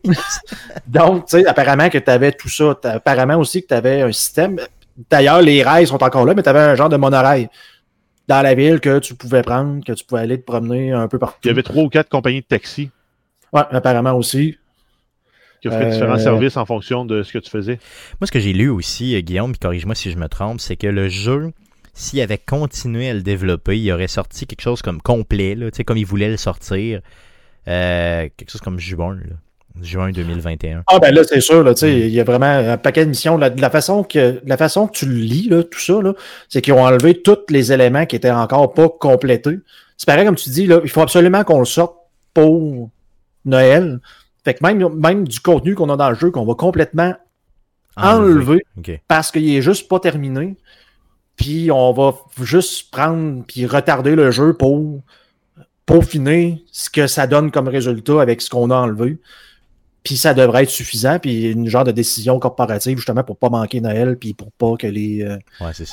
Donc, tu sais, apparemment que tu avais tout ça. T'as- Apparemment aussi que tu avais un système. D'ailleurs, les rails sont encore là, mais tu avais un genre de monorail dans la ville que tu pouvais prendre, que tu pouvais aller te promener un peu partout. Il y avait trois ou quatre compagnies de taxi Ouais, apparemment aussi. qui offraient Euh, différents services en fonction de ce que tu faisais. Moi, ce que j'ai lu aussi, euh, Guillaume, puis corrige-moi si je me trompe, c'est que le jeu, s'il avait continué à le développer, il aurait sorti quelque chose comme complet, là, tu sais, comme il voulait le sortir, euh, quelque chose comme juin, là, juin deux mille vingt et un. Ah ben là, c'est sûr, là, tu sais, Mm. il y a vraiment un paquet de missions. La, la, façon que, la façon que tu le lis, là, tout ça, là, c'est qu'ils ont enlevé tous les éléments qui étaient encore pas complétés. C'est pareil, comme tu dis, là, il faut absolument qu'on le sorte pour Noël. Fait que même, même du contenu qu'on a dans le jeu, qu'on va complètement enlever Ok. parce qu'il est juste pas terminé. Puis on va juste prendre puis retarder le jeu pour peaufiner ce que ça donne comme résultat avec ce qu'on a enlevé. Puis ça devrait être suffisant. Puis une genre de décision corporative justement pour pas manquer Noël puis pour pas que les, euh, Ouais, c'est ça.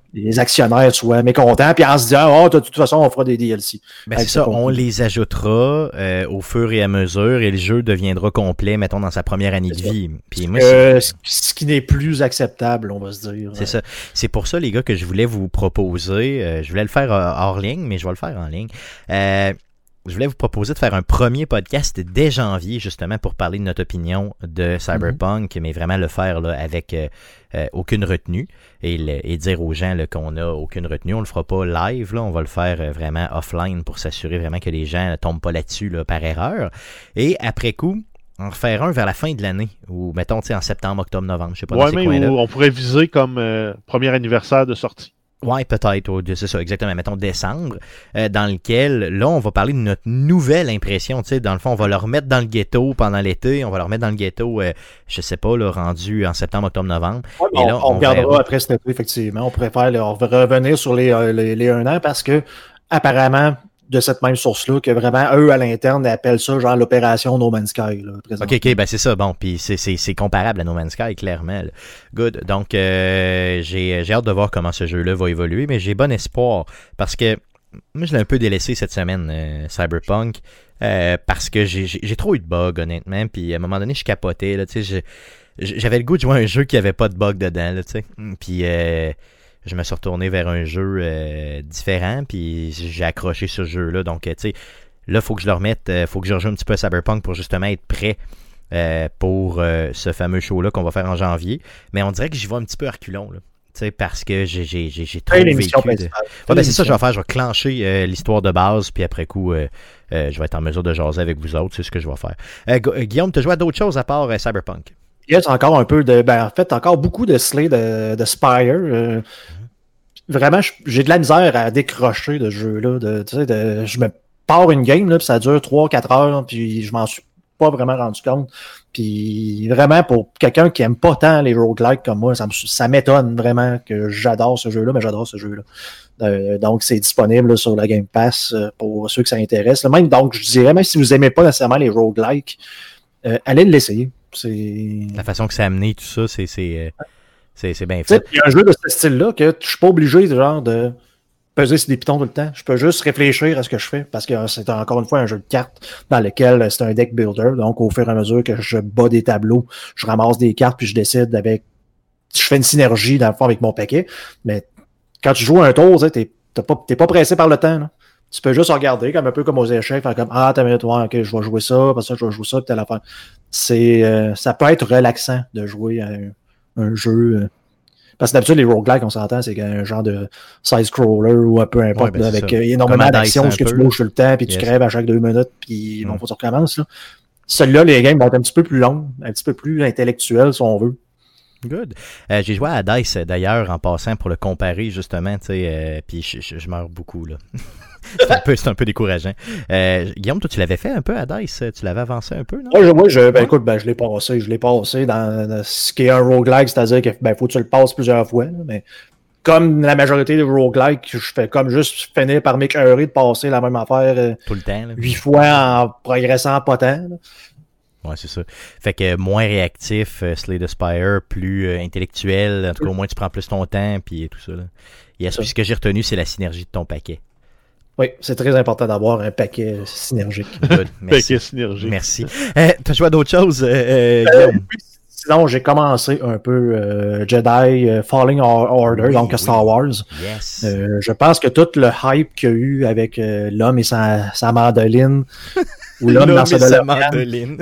les actionnaires soient mécontents, puis en se disant, oh, de toute façon, on fera des D L C. Ben c'est ça, on les ajoutera euh, au fur et à mesure et le jeu deviendra complet, mettons, dans sa première année de vie. Puis moi, euh, ce qui n'est plus acceptable, on va se dire. C'est ça. C'est pour ça, les gars, que je voulais vous proposer, euh, je voulais le faire euh, hors ligne, mais je vais le faire en ligne. Euh, Je voulais vous proposer de faire un premier podcast dès janvier, justement, pour parler de notre opinion de Cyberpunk, mm-hmm. mais vraiment le faire là, avec euh, euh, aucune retenue et, le, et dire aux gens là, qu'on n'a aucune retenue. On le fera pas live, là, on va le faire euh, vraiment offline pour s'assurer vraiment que les gens ne tombent pas là-dessus là, par erreur. Et après coup, en refaire un vers la fin de l'année, ou mettons en septembre, octobre, novembre, je sais pas ouais, dans ces mais coins-là. On pourrait viser comme euh, premier anniversaire de sortie. Ouais, peut-être, c'est ça, exactement, mettons décembre, euh, dans lequel, là, on va parler de notre nouvelle impression, tu sais, dans le fond, on va le remettre dans le ghetto pendant l'été, on va le remettre dans le ghetto, euh, je sais pas, là, rendu en septembre, octobre, novembre. Ouais, et là, on, on, on regardera verra. après cet été, effectivement, on pourrait faire, on va revenir sur les, les, les un an, parce que, apparemment, de cette même source-là, que vraiment, eux, à l'interne, appellent ça genre l'opération No Man's Sky. Là, OK, OK, ben c'est ça, bon, puis c'est, c'est, c'est comparable à No Man's Sky, clairement. Là. Good, donc euh, j'ai, j'ai hâte de voir comment ce jeu-là va évoluer, mais j'ai bon espoir, parce que moi, je l'ai un peu délaissé cette semaine, euh, Cyberpunk, euh, parce que j'ai, j'ai, j'ai trop eu de bugs, honnêtement, puis à un moment donné, je capotais, là, tu sais, j'avais le goût de jouer à un jeu qui avait pas de bugs dedans, là, tu sais, puis... Euh, je me suis retourné vers un jeu euh, différent, puis j'ai accroché ce jeu-là. Donc, tu sais, là, il faut que je le remette, il euh, faut que je rejoue un petit peu à Cyberpunk pour justement être prêt euh, pour euh, ce fameux show-là qu'on va faire en janvier. Mais on dirait que j'y vais un petit peu à reculons, là. Tu sais, parce que j'ai, j'ai, j'ai, j'ai trop vécu. De... Ouais, ben, c'est ça que je vais faire. Je vais clencher euh, l'histoire de base, puis après coup, euh, euh, je vais être en mesure de jaser avec vous autres. C'est ce que je vais faire. Euh, Gu- Guillaume, tu as joué à d'autres choses à part euh, Cyberpunk? Yes, encore un peu de. Ben, en fait, encore beaucoup de Slay de, de Spire. Euh, vraiment, j'ai de la misère à décrocher de ce jeu-là. De, tu sais, de, je me pars une game, là, puis ça dure trois quatre heures, puis je m'en suis pas vraiment rendu compte. Puis vraiment, pour quelqu'un qui aime pas tant les roguelikes comme moi, ça, me, ça m'étonne vraiment que j'adore ce jeu-là, mais j'adore ce jeu-là. Euh, donc, c'est disponible là, sur la Game Pass euh, pour ceux que ça intéresse. Même, donc, je dirais, même si vous aimez pas nécessairement les roguelikes, euh, allez l'essayer. C'est... La façon que c'est amené, tout ça, c'est, c'est, euh, c'est, c'est bien fait. Il y a un jeu de ce style-là que je suis pas obligé genre, de peser sur des pitons tout le temps. Je peux juste réfléchir à ce que je fais parce que c'est encore une fois un jeu de cartes dans lequel c'est un deck builder. Donc, au fur et à mesure que je bats des tableaux, je ramasse des cartes puis je décide avec... Je fais une synergie dans le fond avec mon paquet. Mais quand tu joues un tour, t'es, t'es, pas, t'es pas pressé par le temps. Là. Tu peux juste regarder, comme un peu comme aux échecs, faire comme « Ah, t'as minute, ouais, ok, je vais jouer ça, parce que je vais jouer ça, puis telle affaire. » C'est, euh, ça peut être relaxant de jouer à un, un jeu. Euh, parce que d'habitude, les roguelikes, on s'entend, c'est un genre de side-scroller ou peu importe, ouais, ben là, avec euh, énormément Comme d'actions, parce que tu bouges tout le temps, puis yes. tu crèves à chaque deux minutes, puis mm. bon, faut que tu recommences. Là. Celui-là, les games vont être un petit peu plus longs, un petit peu plus intellectuels, si on veut. Good. Euh, j'ai joué à Dice, d'ailleurs, en passant pour le comparer, justement, tu sais, euh, puis je, je, je meurs beaucoup, là. c'est, un peu, c'est un peu décourageant. Euh, Guillaume, toi, tu l'avais fait un peu à Dice? Tu l'avais avancé un peu, non? Oui, moi, je, ben, écoute, ben, je l'ai passé. Je l'ai passé dans, dans ce qui est un roguelike, c'est-à-dire qu'il ben, faut que tu le passes plusieurs fois. Là, mais comme la majorité des roguelikes, je fais comme juste finir par m'écœurer de passer la même affaire euh, tout le temps, là. huit fois en progressant pas tant. Là. Ouais, c'est ça. Fait que moins réactif, euh, Slay the Spire, plus euh, intellectuel. En tout cas, au moins, tu prends plus ton temps, puis tout ça. Là. Yes, puis ce que j'ai retenu, c'est la synergie de ton paquet. Oui, c'est très important d'avoir un paquet synergique. Good, merci. Paquet synergique. Merci. Euh, t'as joué à d'autres choses, euh, euh, Guillaume? Euh, sinon, j'ai commencé un peu euh, Jedi euh, Falling Order, oui, donc oui. Star Wars. Yes. Euh, je pense que tout le hype qu'il y a eu avec euh, l'homme et sa, sa mandoline, ou l'homme, l'homme dans sa, sa mandoline.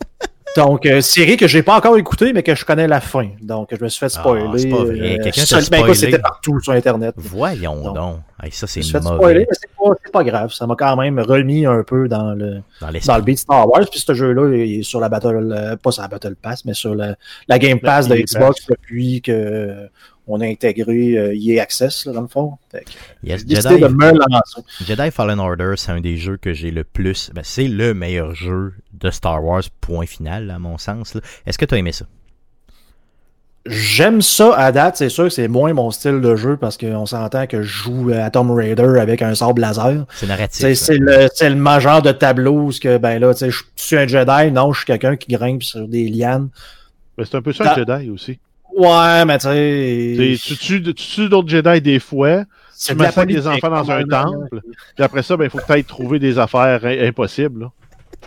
Donc, euh, série que j'ai pas encore écoutée, mais que je connais la fin. Donc, je me suis fait spoiler. Ah, c'est pas vrai. Quelqu'un euh, t'a spoilé. Ben, c'était partout sur Internet. Voyons donc. donc. Hey, ça, c'est je me suis mauvais. fait spoiler, mais c'est pas, c'est pas grave. Ça m'a quand même remis un peu dans le, dans, dans le beat Star Wars. Puis ce jeu-là, il est sur la Battle... Euh, pas sur la Battle Pass, mais sur la, la Game Pass la de Xbox Pass. Depuis que... Euh, on a intégré euh, E A Access, là, dans le fond. Fait que, yes, j'ai décidé de me lancer. Jedi Fallen Order, c'est un des jeux que j'ai le plus... Ben, c'est le meilleur jeu de Star Wars, point final, à mon sens. Là. Est-ce que tu as aimé ça? J'aime ça à date. C'est sûr que c'est moins mon style de jeu parce qu'on s'entend que je joue à Tomb Raider avec un sabre laser. C'est narratif. C'est, c'est, le, c'est le majeur de tableau. Où que, ben là, je suis un Jedi. Non, je suis quelqu'un qui grimpe sur des lianes. Ben, c'est un peu ça, un Jedi aussi. Ouais, mais tu sais. Tu tues, tu tues d'autres Jedi des fois, tu massacres des enfants dans un temple, puis après ça, ben, il faut que tu ailles trouver des affaires impossibles. Là.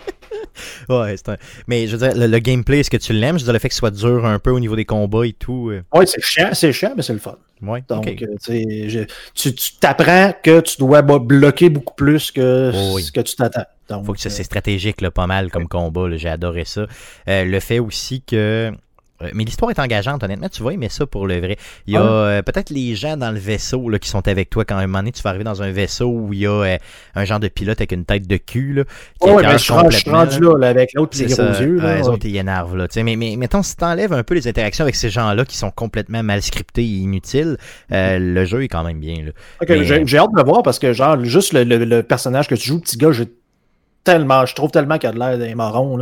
Ouais, c'est un... Mais je veux dire, le, le gameplay, est-ce que tu l'aimes? Je veux dire, le fait que ce soit dur un peu au niveau des combats et tout. Euh... Oui, c'est chiant, c'est chiant, mais c'est le fun. Ouais, Donc, okay. euh, je, tu t'apprends que tu dois bloquer beaucoup plus que oh, oui. ce que tu t'attends. Donc, faut que ça, c'est stratégique, là, pas mal comme oui. combat. Là, j'ai adoré ça. Euh, le fait aussi que... Mais l'histoire est engageante, honnêtement, tu vas aimer ça pour le vrai. Il y a ah. euh, peut-être les gens dans le vaisseau là, qui sont avec toi quand à un moment donné tu vas arriver dans un vaisseau où il y a euh, un genre de pilote avec une tête de cul. Là, qui oh, ouais, ben, je, je suis rendu là, là avec l'autre et les gros yeux. Là, ouais, les ouais. autres, ils énervent. Là, mais, mais mettons, si tu enlèves un peu les interactions avec ces gens-là qui sont complètement mal scriptés et inutiles, euh, le jeu est quand même bien. Là. Okay, mais, j'ai, j'ai hâte de voir parce que genre juste le, le, le personnage que tu joues, petit gars, j'ai tellement, je trouve tellement qu'il a de l'air d'un marron. Là.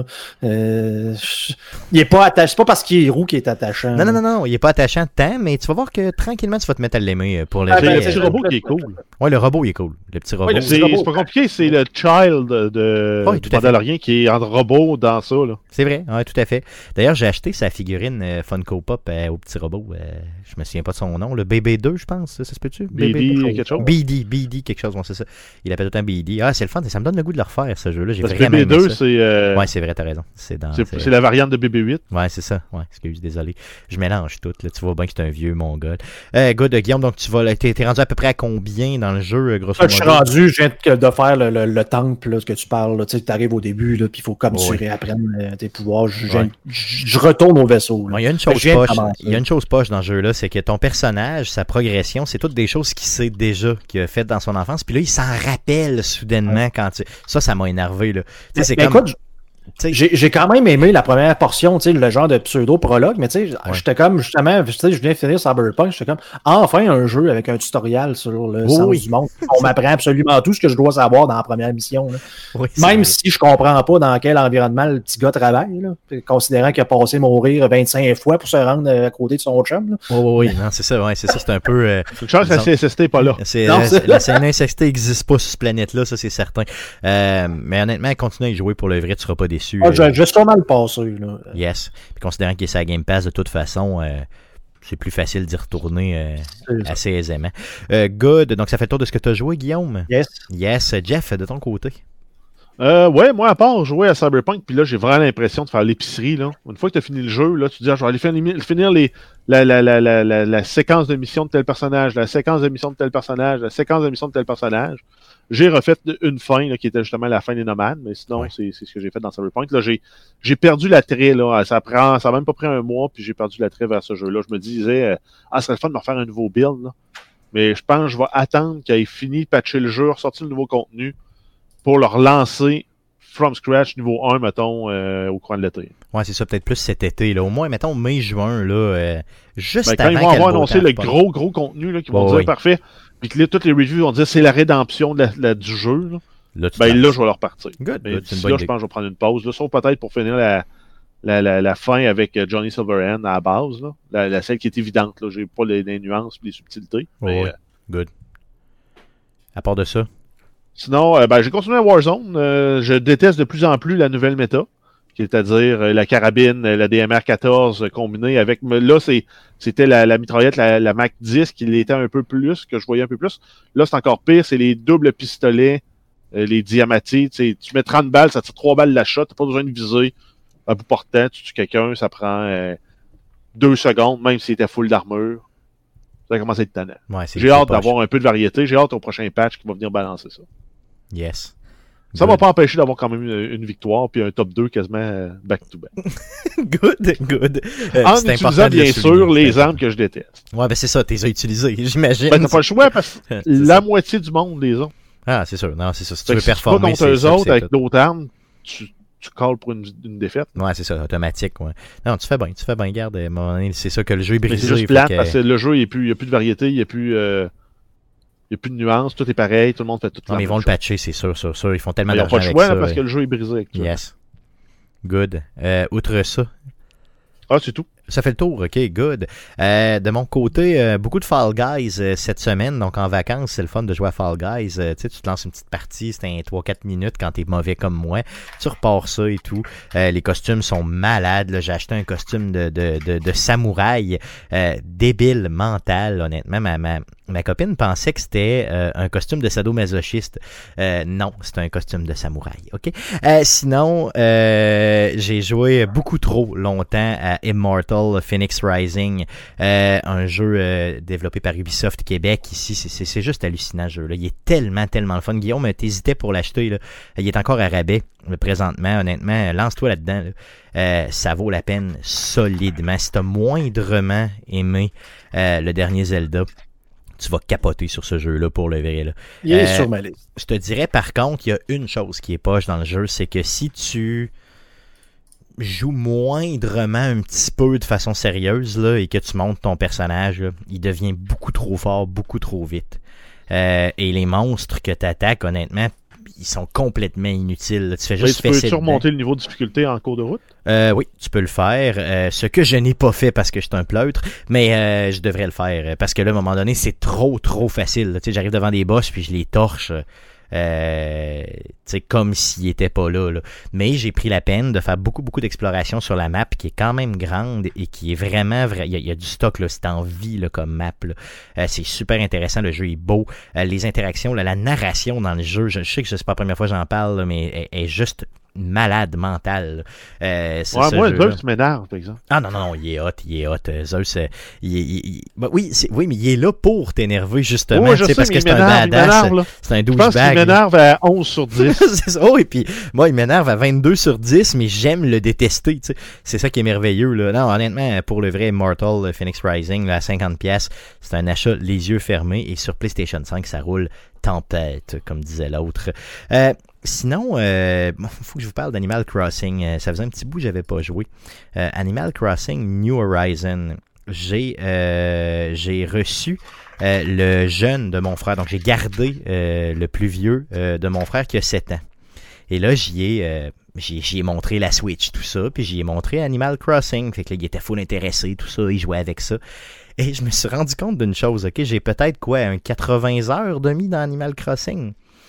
Euh, il est pas attaché, c'est pas parce qu'il est roux qu'il est attachant. Non, non, non, non, il est pas attachant tant, mais tu vas voir que tranquillement tu vas te mettre à l'aimer pour le ah, jeu. Ben, le petit robot qui est cool. Ouais, le robot il est cool. Le petit robot. Ouais, c'est, c'est pas compliqué, c'est le child de ouais, du Mandalorian qui est en robot dans ça. Là. C'est vrai, ouais, tout à fait. D'ailleurs, j'ai acheté sa figurine euh, Funko Pop euh, au petit robot. Euh, je me souviens pas de son nom. Le B B deux, je pense. Ça, ça se peut-tu? B D quelque chose. B D, B D quelque chose, ouais, c'est ça. Il appelle tout un B D. Ah, c'est le fun. Ça me donne le goût de le refaire, ce jeu-là. J'ai Parce vraiment B B deux, c'est. Euh... Ouais, c'est vrai, t'as raison. C'est, dans, c'est, c'est... c'est la variante de B B huit. Ouais, c'est ça. Ouais, excuse, désolé. Je mélange tout. Là. Tu vois bien que c'est un vieux mongol. Euh, good, Guillaume, donc tu vas. T'es, t'es rendu à peu près à combien dans le jeu, grosso modo? Je suis rendu, je viens de faire le, le, le temple, là, ce que tu parles. Tu arrives au début, puis il faut comme oh, tu oui. réapprennes tes pouvoirs. Je, ouais. je, je retourne au vaisseau. Il y a une chose poche. Il y a une chose poche dans ce jeu-là, c'est que ton personnage, sa progression, c'est toutes des choses qu'il sait déjà, qu'il a faites dans son enfance. Puis là, il s'en rappelle soudainement ouais. quand tu. Ça, ça m'a énervé. Là. Mais, c'est mais comme. Écoute, J'ai, j'ai quand même aimé la première portion, tu sais, le genre de pseudo-prologue, mais tu sais, ouais. j'étais comme, justement, tu sais, je venais de finir Cyberpunk, j'étais comme, enfin, un jeu avec un tutoriel sur le oh, sens oui. du monde. On m'apprend absolument tout ce que je dois savoir dans la première mission. Là. Oui, même vrai. Si je comprends pas dans quel environnement le petit gars travaille, là, considérant qu'il a passé mourir vingt-cinq fois pour se rendre à côté de son chum. Là. Oh, oui, oui, non, c'est ça, ouais, c'est ça, c'est un peu... Euh, Une chance que la C S S T n'est pas là. C'est, non, euh, c'est... La C S S T n'existe pas sur cette planète-là, ça, c'est certain. Euh, mais honnêtement, continue à y jouer pour le vrai, tu seras pas déçu. Ah, euh, je, je mal passé. Là. Yes. Puis considérant qu'il est sur la Game Pass, de toute façon, euh, c'est plus facile d'y retourner euh, assez aisément. Euh, good. Donc, ça fait le tour de ce que tu as joué, Guillaume? Yes. Yes. Jeff, de ton côté? Euh, ouais, moi, à part jouer à Cyberpunk, puis là, j'ai vraiment l'impression de faire l'épicerie. Là. Une fois que tu as fini le jeu, là, tu te dis, ah, je vais aller finir, finir les, la, la, la, la, la, la séquence de mission de tel personnage, la séquence de mission de tel personnage, la séquence de mission de tel personnage. J'ai refait une fin là, qui était justement la fin des nomades, mais sinon, ouais. c'est, c'est ce que j'ai fait dans Cyberpunk. Là, j'ai, j'ai perdu l'attrait. Là. Ça prend, ça a même pas pris un mois, puis j'ai perdu l'attrait vers ce jeu-là. Je me disais, euh, ah, ce serait le fun de me refaire un nouveau build. Là. Mais je pense que je vais attendre qu'il ait fini de patcher le jeu, ressortir le nouveau contenu pour le relancer from scratch, niveau un, mettons, euh, au courant de l'été. Ouais, c'est ça, peut-être plus cet été. Là. Au moins, mettons, mai-juin, là, euh, juste ben, avant quand ils vont avoir annoncé le temps, gros, gros contenu, là, qui vont oh, dire, oui. parfait, puis que là, toutes les reviews vont dire, c'est la rédemption de la, la, du jeu. Là, là, ben là, je vais leur partir. Good, Mais good, d'ici là, je pense que je vais prendre une pause. Là, sauf peut-être pour finir la, la, la, la fin avec Johnny Silverhand à la base. Là. La, la celle qui est évidente. Là. J'ai pas les, les nuances et les subtilités. Oh, mais, oui. euh, Good. À part de ça? Sinon, euh, ben, j'ai continué à Warzone. Euh, je déteste de plus en plus la nouvelle méta, c'est-à-dire euh, la carabine, la D M R quatorze euh, combinée avec... Là, c'est, c'était la, la mitraillette, la, la Mac dix, qui l'était un peu plus, que je voyais un peu plus. Là, c'est encore pire, c'est les doubles pistolets, euh, les diamatiques. Tu mets trente balles, ça tire trois balles la shot, t'as pas besoin de viser. À bout portant, tu tues quelqu'un, ça prend euh, deux secondes, même s'il était full d'armure. Ça commence à être tannant. Ouais, c'est j'ai hâte d'avoir un peu de variété. J'ai hâte au prochain patch qui va venir balancer ça. Yes. Ça ne m'a pas empêché d'avoir quand même une, une victoire puis un top deux quasiment back-to-back. Good, good. Euh, en utilisant bien sûr les armes que je déteste. Ouais, ben c'est ça, t'es utilisé, j'imagine. Ben t'as pas le choix parce que la ça. moitié du monde les a. Ah, c'est sûr. Non, c'est ça. Si tu fait veux performer, contre eux autres avec d'autres armes, tu, tu calls pour une, une défaite. Ouais, c'est ça, automatique. Ouais. Non, tu fais bien, tu fais bien. Garde, c'est ça que le jeu est brisé. Mais c'est juste plate que... parce que le jeu, il n'y a, a plus de variété, il n'y a plus... Euh... Il n'y a plus de nuances, tout est pareil, tout le monde fait tout. Non, mais ils vont chose. le patcher, c'est sûr, sûr, sûr. Ils font tellement mais d'argent avec ça. Il n'y a pas de choix, parce que le jeu est brisé avec toi. Yes. Good. Euh, outre ça. Ah, c'est tout. Ça fait le tour, ok, good. Euh, de mon côté, euh, beaucoup de Fall Guys euh, cette semaine, donc en vacances, c'est le fun de jouer à Fall Guys. Euh, tu sais, tu te lances une petite partie, c'est un trois quatre minutes quand t'es mauvais comme moi. Tu repars ça et tout. Euh, les costumes sont malades. Là. J'ai acheté un costume de, de, de, de samouraï euh, débile, mental, honnêtement. Ma, ma, ma copine pensait que c'était euh, un costume de sadomasochiste. Euh, non, c'est un costume de samouraï, ok? Euh, sinon, euh, j'ai joué beaucoup trop longtemps à Immortal Phoenix Rising, euh, un jeu euh, développé par Ubisoft Québec. Ici, c'est, c'est, c'est juste hallucinant, ce jeu-là. Il est tellement, tellement le fun. Guillaume, t'hésitais pour l'acheter, là. Il est encore à rabais, là, présentement. Honnêtement, lance-toi là-dedans. Là. Euh, ça vaut la peine solidement. Si t'as moindrement aimé euh, le dernier Zelda, tu vas capoter sur ce jeu-là pour le vrai. Là. Il est euh, sur ma liste. Je te dirais, par contre, il y a une chose qui est poche dans le jeu, c'est que si tu joue moindrement un petit peu de façon sérieuse là, et que tu montes ton personnage, là, il devient beaucoup trop fort, beaucoup trop vite. Euh, et les monstres que tu attaques, honnêtement, ils sont complètement inutiles. Là. Tu fais juste fesser dedans. Peux-tu remonter le niveau de difficulté en cours de route? Euh, oui, tu peux le faire. Euh, ce que je n'ai pas fait parce que je suis un pleutre, mais euh, je devrais le faire. Parce que là, à un moment donné, c'est trop, trop facile. Tu sais, j'arrive devant des boss puis je les torche. Euh, comme s'il était pas là, là. Mais j'ai pris la peine de faire beaucoup, beaucoup d'exploration sur la map qui est quand même grande et qui est vraiment vrai. Il y a, il y a du stock, là, c'est en vie là, comme map. Là. Euh, c'est super intéressant, le jeu est beau. Euh, les interactions, là, la narration dans le jeu, je, je sais que c'est pas la première fois que j'en parle, là, mais elle est juste malade mental. Euh, c'est ouais, moi, Zeus m'énerve, par exemple. Ah non, non, non, il est hot, il est hot. Zeus, euh, il, il, il, bah, oui, c'est, oui, mais il est là pour t'énerver, justement. Oui, je sais, parce que c'est un badass. C'est un douchebag. Je pense qu'il m'énerve à onze sur dix. C'est ça. Oh, et puis, moi, il m'énerve à vingt-deux sur dix, mais j'aime le détester. Tu sais. C'est ça qui est merveilleux. Là. Non, honnêtement, pour le vrai Immortal Phoenix Rising, là, à cinquante dollars, c'est un achat les yeux fermés. Et sur PlayStation cinq, ça roule tempête, comme disait l'autre. Euh, Sinon, il euh, faut que je vous parle d'Animal Crossing. Euh, ça faisait un petit bout que j'avais pas joué. Euh, Animal Crossing New Horizon. J'ai, euh, j'ai reçu euh, le jeune de mon frère. Donc, j'ai gardé euh, le plus vieux euh, de mon frère qui a sept ans. Et là, j'y ai, euh, j'y, j'y ai montré la Switch, tout ça. Puis j'y ai montré Animal Crossing. Fait que là, il était full intéressé, tout ça. Il jouait avec ça. Et je me suis rendu compte d'une chose, ok? J'ai peut-être, quoi, un quatre-vingts heures de mis dans Animal Crossing.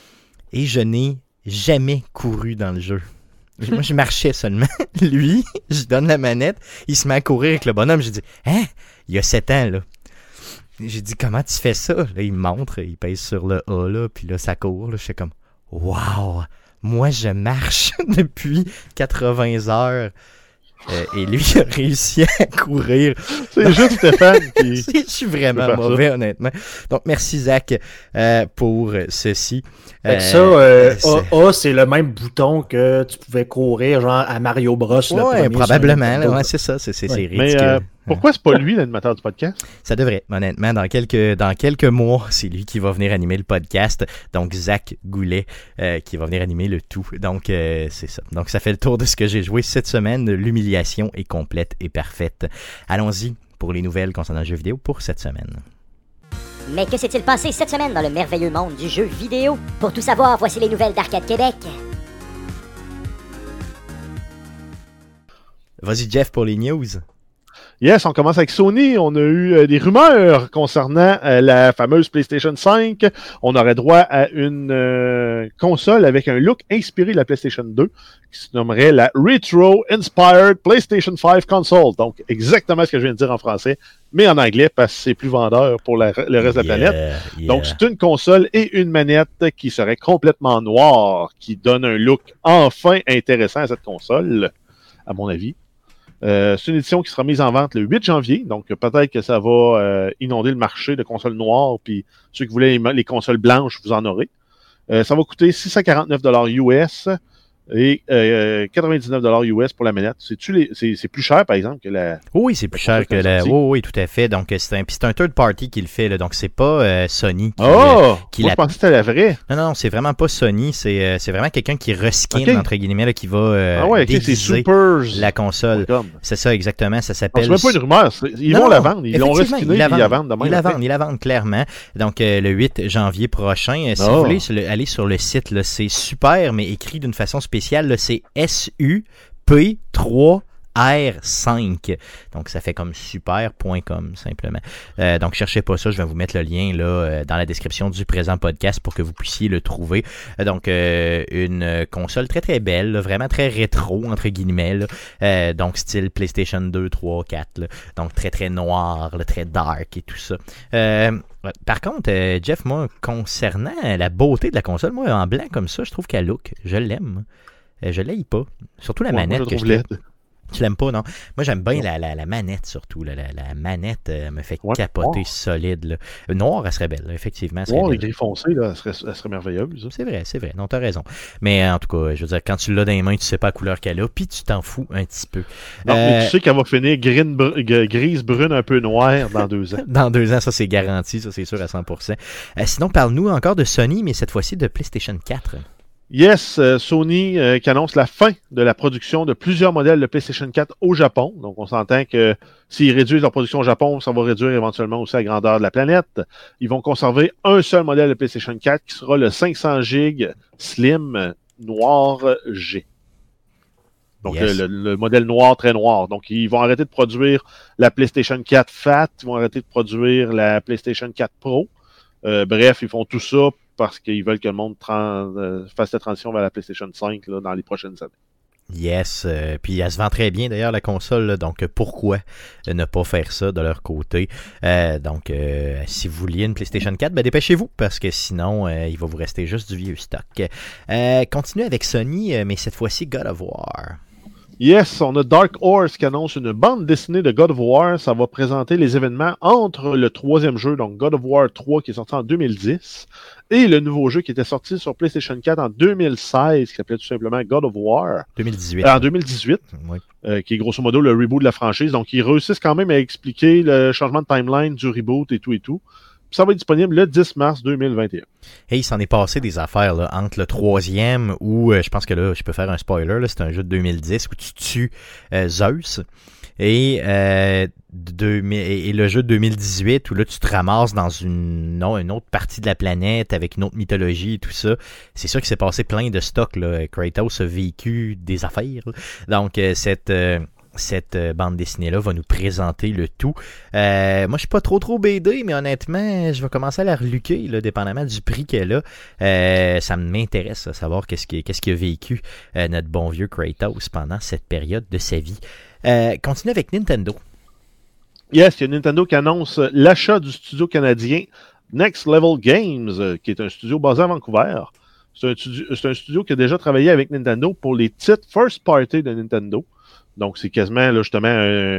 Et je n'ai jamais couru dans le jeu. Moi, je marchais seulement. Lui, je donne la manette, il se met à courir avec le bonhomme. J'ai dit, hein? Il y a sept ans, là. J'ai dit, comment tu fais ça? Là, il me montre, il pèse sur le A, là, puis là, ça court. Là. Je suis comme, wow! Moi, je marche depuis quatre-vingts heures. Euh, et lui, il a réussi à courir. C'est juste Stéphane qui... Je suis vraiment mauvais, ça. Honnêtement. Donc, merci, Zach, euh, pour ceci. Fait que ça, euh, A, A, c'est le même bouton que tu pouvais courir, genre à Mario Bros. Oui, probablement. Là, ouais, c'est ça. C'est, c'est, ouais. c'est ridicule. Mais euh, pourquoi c'est pas lui l'animateur du podcast? Ça devrait, honnêtement. Dans quelques, dans quelques mois, c'est lui qui va venir animer le podcast. Donc, Zach Goulet euh, qui va venir animer le tout. Donc, euh, c'est ça. Donc, ça fait le tour de ce que j'ai joué cette semaine. L'humiliation est complète et parfaite. Allons-y pour les nouvelles concernant le jeu vidéo pour cette semaine. Mais que s'est-il passé cette semaine dans le merveilleux monde du jeu vidéo? Pour tout savoir, voici les nouvelles d'Arcade Québec. Vas-y, Jeff, pour les news. Yes, on commence avec Sony. On a eu euh, des rumeurs concernant euh, la fameuse PlayStation cinq. On aurait droit à une euh, console avec un look inspiré de la PlayStation deux qui se nommerait la Retro Inspired PlayStation cinq Console. Donc, exactement ce que je viens de dire en français, mais en anglais parce que c'est plus vendeur pour la, le reste yeah, de la planète. Yeah. Donc, c'est une console et une manette qui serait complètement noire, qui donne un look enfin intéressant à cette console, à mon avis. Euh, c'est une édition qui sera mise en vente le huit janvier, donc peut-être que ça va euh, inonder le marché de consoles noires, puis ceux qui voulaient les, les consoles blanches, vous en aurez. Euh, ça va coûter six cent quarante-neuf dollars U S et euh, quatre-vingt-dix-neuf dollars U S pour la manette. C'est-tu les, c'est, c'est plus cher, par exemple, que la... Oui, c'est plus cher que la... Oui, oui, tout à fait. Donc, c'est un, c'est un third party qui le fait, là. Donc, c'est pas euh, Sony qui... Oh! Qui moi, la... je pensais que c'était la vraie. Non, non, c'est vraiment pas Sony. C'est, euh, c'est vraiment quelqu'un qui reskin, okay. entre guillemets, là, qui va euh, ah ouais, okay, déguiser la console. C'est ça, exactement. Ça s'appelle... Non, c'est même pas une rumeur. Ils non, vont la vendre. Ils l'ont reskiné et ils la vendent demain. Ils la vendent, ils la vendent, clairement. Donc, euh, le huit janvier prochain. Si oh. vous voulez aller sur le site, là, c'est super, mais écrit d'une façon spéciale. Là, c'est S U P trois R cinq. Donc, ça fait comme super point com, simplement. Euh, donc, cherchez pas ça. Je vais vous mettre le lien là euh, dans la description du présent podcast pour que vous puissiez le trouver. Euh, donc, euh, une console très, très belle, là, vraiment très rétro, entre guillemets. Là. Euh, donc, style PlayStation deux, trois, quatre. Là. Donc, très, très noir, là, très dark et tout ça. Euh, par contre, euh, Jeff, moi, concernant la beauté de la console, moi, en blanc comme ça, je trouve qu'elle look. Je l'aime. Euh, je l'aime pas. Surtout la Ouais, manette. moi, je que trouve je laide. Tu l'aimes pas, non? Moi, j'aime bien la, la, la manette, surtout. La, la, la manette euh, me fait Ouais, capoter noir. solide. Là. Euh, Noir, elle serait belle, là, effectivement. Elle serait Noir et belle. gris foncé, là, elle serait, elle serait merveilleuse. C'est vrai, c'est vrai. Non, t'as raison. Mais euh, en tout cas, je veux dire, quand tu l'as dans les mains, tu sais pas la couleur qu'elle a, puis tu t'en fous un petit peu. Non, mais Euh, tu sais qu'elle va finir green, br- g- grise, brune, un peu noire dans deux ans. Dans deux ans, ça c'est garanti, ça c'est sûr à cent pour cent. Euh, sinon, parle-nous encore de Sony, mais cette fois-ci de PlayStation quatre. Yes, euh, Sony euh, qui annonce la fin de la production de plusieurs modèles de PlayStation quatre au Japon. Donc, on s'entend que s'ils réduisent leur production au Japon, ça va réduire éventuellement aussi la grandeur de la planète. Ils vont conserver un seul modèle de PlayStation quatre qui sera le cinq cents gigs Slim Noir G. Donc, Yes. euh, le, le modèle noir, très noir. Donc, ils vont arrêter de produire la PlayStation quatre Fat, ils vont arrêter de produire la PlayStation quatre Pro. Euh, bref, ils font tout ça parce qu'ils veulent que le monde tran- euh, fasse la transition vers la PlayStation cinq là, dans les prochaines années. Yes, euh, puis elle se vend très bien d'ailleurs la console, là, donc euh, pourquoi euh, ne pas faire ça de leur côté? Euh, donc euh, si vous vouliez une PlayStation quatre, ben dépêchez-vous parce que sinon euh, il va vous rester juste du vieux stock. Euh, continuez avec Sony, euh, mais cette fois-ci God of War. Yes, on a Dark Horse qui annonce une bande dessinée de God of War. Ça va présenter les événements entre le troisième jeu, donc God of War trois qui est sorti en deux mille dix, et le nouveau jeu qui était sorti sur PlayStation quatre en deux mille seize, qui s'appelait tout simplement God of War. deux mille dix-huit. Euh, en deux mille dix-huit, Oui. euh, qui est grosso modo le reboot de la franchise. Donc, ils réussissent quand même à expliquer le changement de timeline du reboot et tout et tout. Puis ça va être disponible le dix mars deux mille vingt et un. Hey, il s'en est passé des affaires là, entre le troisième où, euh, je pense que là, je peux faire un spoiler, là, c'est un jeu de deux mille dix où tu tues euh, Zeus, et, euh, deux mille, et le jeu de deux mille dix-huit où là, tu te ramasses dans une, non, une autre partie de la planète avec une autre mythologie et tout ça. C'est sûr qu'il s'est passé plein de stocks. Là. Kratos a vécu des affaires. Là. Donc, euh, cette... Euh, Cette euh, bande dessinée-là va nous présenter le tout. Euh, moi, je suis pas trop trop B D, mais honnêtement, je vais commencer à la reluquer, là, dépendamment du prix qu'elle a. Euh, ça m'intéresse, à savoir qu'est-ce qu'il qu'est-ce qu'il a vécu euh, notre bon vieux Kratos pendant cette période de sa vie. Euh, continue avec Nintendo. Yes, il y a Nintendo qui annonce l'achat du studio canadien Next Level Games, euh, qui est un studio basé à Vancouver. C'est un, studio, c'est un studio qui a déjà travaillé avec Nintendo pour les titres first party de Nintendo. Donc, c'est quasiment, là, justement, un,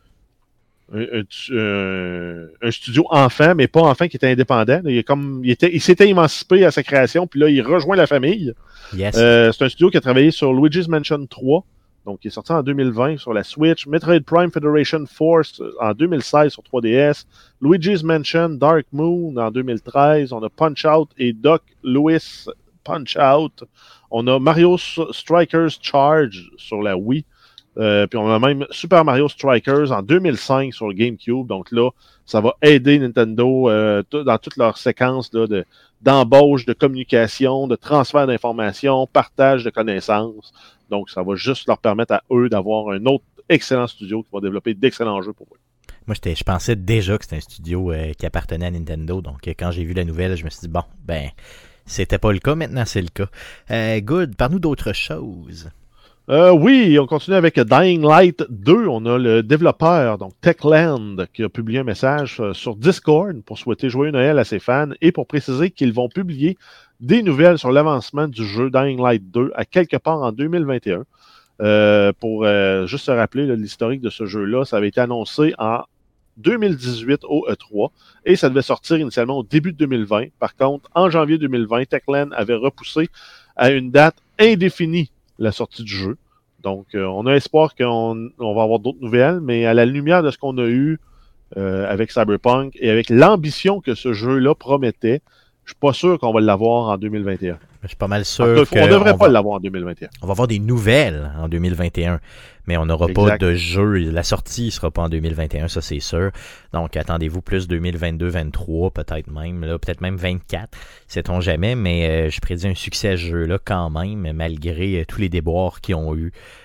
un, un, un studio enfant, mais pas enfant qui était indépendant. Il, est comme, il, était, il s'était émancipé à sa création, puis là, il rejoint la famille. Yes. Euh, c'est un studio qui a travaillé sur Luigi's Mansion trois, donc qui est sorti en deux mille vingt sur la Switch, Metroid Prime Federation Force en deux mille seize sur trois D S, Luigi's Mansion Dark Moon en deux mille treize, on a Punch-Out et Doc Louis Punch-Out, on a Mario Strikers Charge sur la Wii, Euh, puis on a même Super Mario Strikers en deux mille cinq sur le GameCube. Donc là, ça va aider Nintendo euh, tout, dans toute leur séquence là, de, d'embauche, de communication, de transfert d'informations, partage de connaissances. Donc ça va juste leur permettre à eux d'avoir un autre excellent studio qui va développer d'excellents jeux pour eux. Moi, j'étais, je pensais déjà que c'était un studio euh, qui appartenait à Nintendo. Donc euh, quand j'ai vu la nouvelle, je me suis dit, bon, ben, c'était pas le cas. Maintenant, c'est le cas. Euh, good, parle-nous d'autres choses. Euh, oui, on continue avec Dying Light deux. On a le développeur, donc Techland, qui a publié un message euh, sur Discord pour souhaiter joyeux Noël à ses fans et pour préciser qu'ils vont publier des nouvelles sur l'avancement du jeu Dying Light deux à quelque part en deux mille vingt et un. Euh, pour euh, juste se rappeler là, l'historique de ce jeu-là, ça avait été annoncé en deux mille dix-huit au E trois et ça devait sortir initialement au début de deux mille vingt. Par contre, en janvier deux mille vingt, Techland avait repoussé à une date indéfinie la sortie du jeu. Donc, euh, on a espoir qu'on on va avoir d'autres nouvelles, mais à la lumière de ce qu'on a eu euh, avec Cyberpunk et avec l'ambition que ce jeu-là promettait, je suis pas sûr qu'on va l'avoir en deux mille vingt et un. Je suis pas mal sûr En tout cas, on devrait on pas va, l'avoir en deux mille vingt et un. on va avoir des nouvelles en deux mille vingt et un, mais on n'aura pas Exact. de jeu. La sortie ne sera pas en deux mille vingt et un, ça c'est sûr. Donc attendez-vous plus deux mille vingt-deux vingt-trois, peut-être même, là, peut-être même vingt-quatre, sait-on jamais, mais euh, je prédis un succès à ce jeu-là quand même, malgré euh, tous les déboires qu'ils ont eu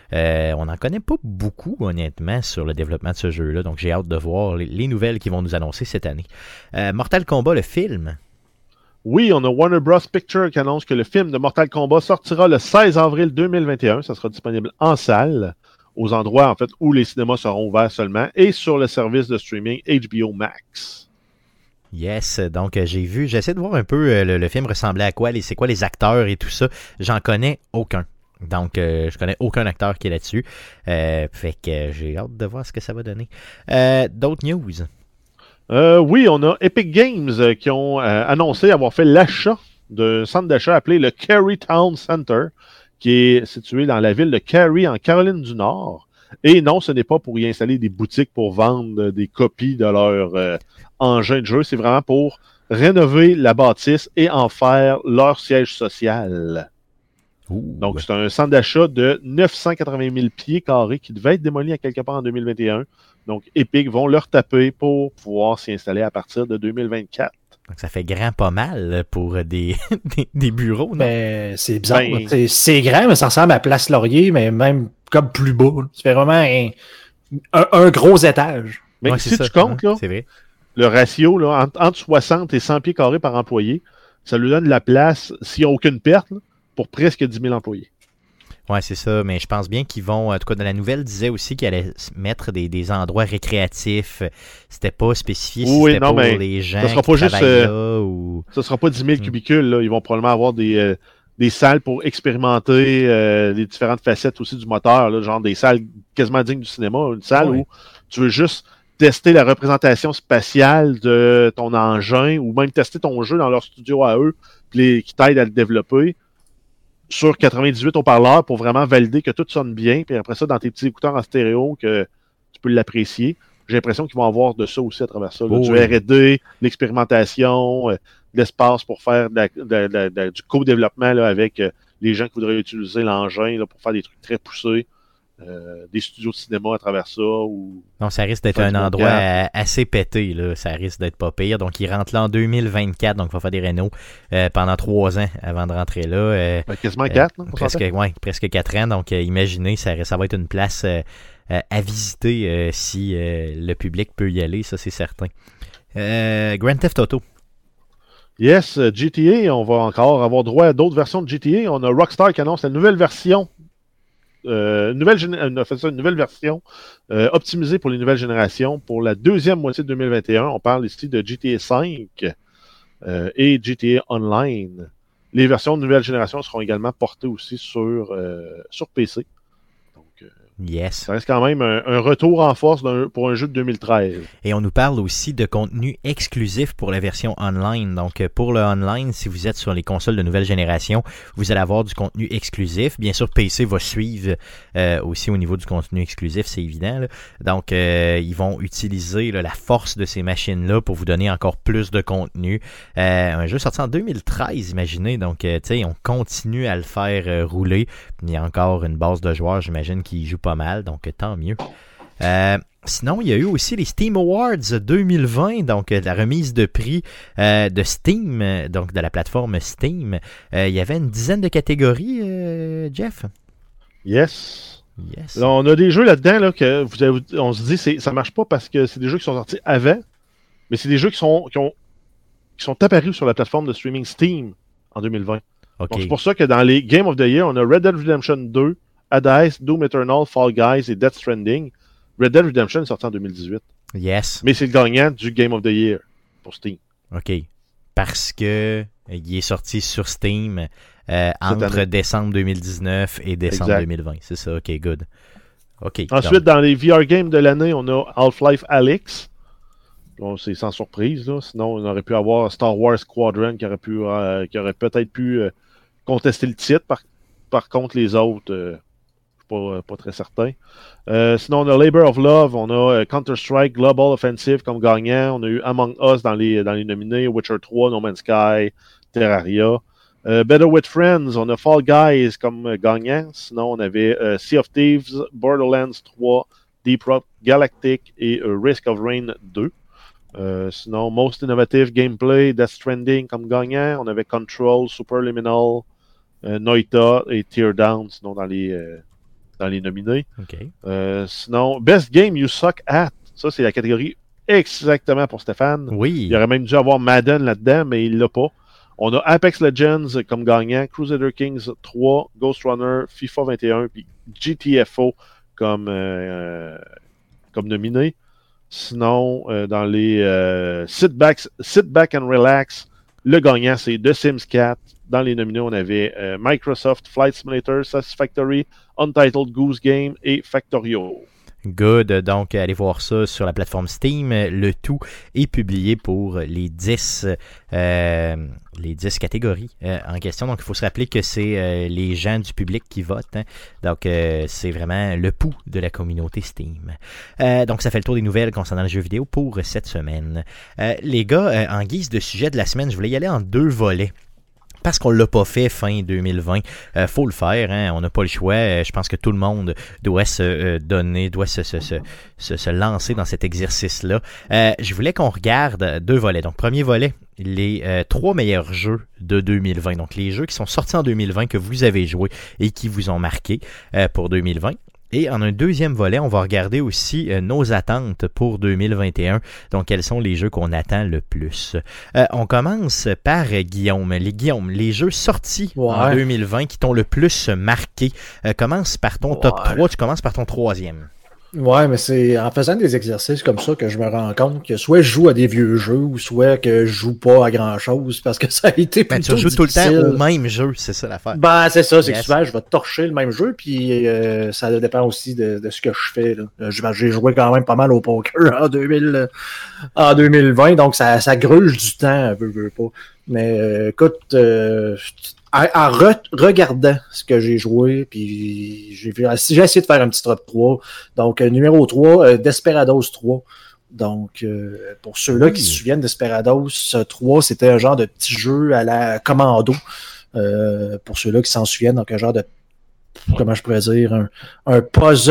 Euh, on n'en connaît pas beaucoup, honnêtement, sur le développement de ce jeu-là. Donc, j'ai hâte de voir les, les nouvelles qu'ils vont nous annoncer cette année. Euh, Mortal Kombat, le film. Oui, on a Warner Bros. Pictures qui annonce que le film de Mortal Kombat sortira le seize avril deux mille vingt et un. Ça sera disponible en salle, aux endroits en fait où les cinémas seront ouverts seulement, et sur le service de streaming H B O Max. Yes, donc euh, j'ai vu, j'essaie de voir un peu euh, le, le film ressemblait à quoi, les, c'est quoi les acteurs et tout ça. J'en connais aucun. Donc, euh, je connais aucun acteur qui est là-dessus. Euh, fait que euh, j'ai hâte de voir ce que ça va donner. Euh, d'autres news? Euh, oui, on a Epic Games euh, qui ont euh, annoncé avoir fait l'achat d'un centre d'achat appelé le Cary Town Center, qui est situé dans la ville de Cary, en Caroline du Nord. Et non, ce n'est pas pour y installer des boutiques pour vendre des copies de leur euh, engin de jeu. C'est vraiment pour rénover la bâtisse et en faire leur siège social. Ouh. Donc, c'est un centre d'achat de neuf cent quatre-vingt mille pieds carrés qui devait être démoli à quelque part en deux mille vingt et un. Donc, Epic vont leur taper pour pouvoir s'y installer à partir de deux mille vingt-quatre. Donc, ça fait grand pas mal pour des, des, des bureaux, non? Mais c'est bizarre. Ben, c'est, c'est grand, mais ça ressemble à Place Laurier, mais même comme plus bas. Là. Ça fait vraiment un, un, un gros étage. Mais Ouais, si c'est ça. tu comptes, Ouais, là, c'est vrai. le ratio là, entre, entre soixante et cent pieds carrés par employé, ça lui donne de la place, s'il n'y a aucune perte, là, pour presque dix mille employés. Ouais, c'est ça, mais je pense bien qu'ils vont, en tout cas, dans la nouvelle disait aussi qu'ils allaient mettre des, des endroits récréatifs. C'était pas spécifié si Oui, c'était non, pour mais les gens ça sera qui pas juste, travaillent euh, là ou... Ce ne sera pas dix mille Mm. cubicules. Là. Ils vont probablement avoir des, euh, des salles pour expérimenter euh, les différentes facettes aussi du moteur, là, genre des salles quasiment dignes du cinéma. Une salle Oui. où tu veux juste tester la représentation spatiale de ton engin ou même tester ton jeu dans leur studio à eux puis les, qui t'aident à le développer sur quatre-vingt-dix-huit haut-parleurs pour vraiment valider que tout sonne bien. Puis après ça, dans tes petits écouteurs en stéréo, que tu peux l'apprécier. J'ai l'impression qu'ils vont avoir de ça aussi à travers ça. Là. Oh du oui. R et D, l'expérimentation, euh, l'espace pour faire de la- de- de- de- du co-développement là, avec euh, les gens qui voudraient utiliser l'engin là, pour faire des trucs très poussés. Euh, des studios de cinéma à travers ça. Ou... Non, ça risque d'être Faire un du endroit montage. euh, assez pété, là. Ça risque d'être pas pire. Donc, il rentre là en deux mille vingt-quatre, donc il va faire des rénaux euh, pendant trois ans avant de rentrer là. Euh, Ben, quasiment euh, quatre. là, on presque, s'entend? ouais, presque quatre ans. Donc, euh, imaginez, ça, ça va être une place euh, euh, à visiter euh, si euh, le public peut y aller, ça c'est certain. Euh, Grand Theft Auto. Yes, euh, G T A, on va encore avoir droit à d'autres versions de G T A. On a Rockstar qui annonce la nouvelle version. Euh, une, nouvelle géné- euh, fait ça, une nouvelle version euh, optimisée pour les nouvelles générations pour la deuxième moitié de deux mille vingt et un. On parle ici de G T A cinq euh, et G T A Online. Les versions de nouvelle génération seront également portées aussi sur, euh, sur P C. Donc, euh, Yes. ça reste quand même un, un retour en force d'un- pour un jeu de deux mille treize. Et on nous parle aussi de contenu exclusif pour la version online. Donc, euh, pour le online, si vous êtes sur les consoles de nouvelle génération, vous allez avoir du contenu exclusif. Bien sûr, P C va suivre euh, aussi au niveau du contenu exclusif, c'est évident, là. Donc, euh, ils vont utiliser là, la force de ces machines-là pour vous donner encore plus de contenu. Euh, un jeu sorti en deux mille treize, imaginez. Donc, euh, tu sais, on continue à le faire euh, rouler. Il y a encore une base de joueurs, j'imagine, qui joue pas mal. Donc, euh, tant mieux. Euh, sinon, il y a eu aussi les Steam Awards deux mille vingt, donc euh, la remise de prix euh, de Steam, euh, donc de la plateforme Steam. Euh, il y avait une dizaine de catégories, euh, Jeff. Yes. Yes. Là, on a des jeux là-dedans là, que vous avez, on se dit c'est ça marche pas parce que c'est des jeux qui sont sortis avant, mais c'est des jeux qui sont, qui ont, qui sont apparus sur la plateforme de streaming Steam en deux mille vingt. OK. Donc, c'est pour ça que dans les Game of the Year, on a Red Dead Redemption deux, Hades, Doom Eternal, Fall Guys et Death Stranding. Red Dead Redemption est sorti en deux mille dix-huit. Yes. Mais c'est le gagnant du Game of the Year pour Steam. OK. Parce que euh, il est sorti sur Steam euh, entre année. décembre deux mille dix-neuf et décembre Exact. deux mille vingt. C'est ça. OK, good. OK. Ensuite, donc, dans les V R games de l'année, on a Half-Life Alyx. Bon, c'est sans surprise, là. Sinon, on aurait pu avoir Star Wars Squadron qui aurait pu, euh, qui aurait peut-être pu euh, contester le titre. Par, par contre, les autres, euh, je suis pas, euh, pas très certain. Euh, sinon, on a Labor of Love, on a euh, Counter-Strike Global Offensive comme gagnant. On a eu Among Us dans les, dans les nominés, Witcher trois, No Man's Sky, Terraria. Euh, Better with Friends, on a Fall Guys comme euh, gagnant. Sinon, on avait euh, Sea of Thieves, Borderlands trois, Deep Rock Galactic et euh, Risk of Rain deux. Euh, sinon, Most Innovative Gameplay, Death Stranding comme gagnant. On avait Control, Superliminal, euh, Noita et Teardown, sinon dans les, euh, dans les nominés. Okay. Euh, sinon, Best Game You Suck At. Ça, c'est la catégorie exactement pour Stéphane. Oui. Il aurait même dû avoir Madden là-dedans, mais il l'a pas. On a Apex Legends comme gagnant, Crusader Kings trois, Ghost Runner, FIFA vingt et un, puis G T F O comme, euh, comme nominé. Sinon, euh, dans les euh, sit, back, sit Back and Relax, le gagnant, c'est The Sims quatre. Dans les nominés, on avait euh, Microsoft Flight Simulator, Satisfactory, Untitled Goose Game et Factorio. Good. Donc, allez voir ça sur la plateforme Steam. Le tout est publié pour les dix, euh, les dix catégories euh, en question. Donc, il faut se rappeler que c'est euh, les gens du public qui votent. Hein. Donc, euh, c'est vraiment le pouls de la communauté Steam. Euh, donc, ça fait le tour des nouvelles concernant les jeux vidéo pour cette semaine. Euh, les gars, euh, en guise de sujet de la semaine, je voulais y aller en deux volets. Parce qu'on l'a pas fait fin deux mille vingt, euh, faut le faire, hein, on n'a pas le choix. Euh, je pense que tout le monde doit se euh, donner, doit se, se, se, se, se lancer dans cet exercice-là. Euh, je voulais qu'on regarde deux volets. Donc, premier volet, les euh, trois meilleurs jeux de deux mille vingt. Donc, les jeux qui sont sortis en deux mille vingt, que vous avez joués et qui vous ont marqué euh, pour deux mille vingt. Et en un deuxième volet, on va regarder aussi euh, nos attentes pour deux mille vingt et un. Donc, quels sont les jeux qu'on attend le plus? Euh, on commence par euh, Guillaume. Les Guillaume, les jeux sortis ouais. en deux mille vingt qui t'ont le plus marqué. Euh, commence par ton ouais. top trois, tu commences par ton troisième. Ouais, mais c'est en faisant des exercices comme ça que je me rends compte que soit je joue à des vieux jeux ou soit que je joue pas à grand chose parce que ça a été plutôt difficile. Ben, tu joues tout le temps au même jeu, c'est ça l'affaire. Ben, c'est ça, c'est yes. que souvent je vais torcher le même jeu puis euh, ça dépend aussi de, de ce que je fais. Là. J'ai joué quand même pas mal au poker en, deux mille, en deux mille vingt, donc ça, ça gruge du temps, veux, veux pas. Mais euh, écoute, euh, en, en re, regardant ce que j'ai joué, puis j'ai, j'ai essayé de faire un petit top trois. Donc, euh, numéro trois, euh, Desperados trois. Donc, euh, pour ceux-là oui. qui se souviennent, Desperados trois, c'était un genre de petit jeu à la Commando. Euh, pour ceux-là qui s'en souviennent, donc un genre de, comment je pourrais dire, un, un puzzle.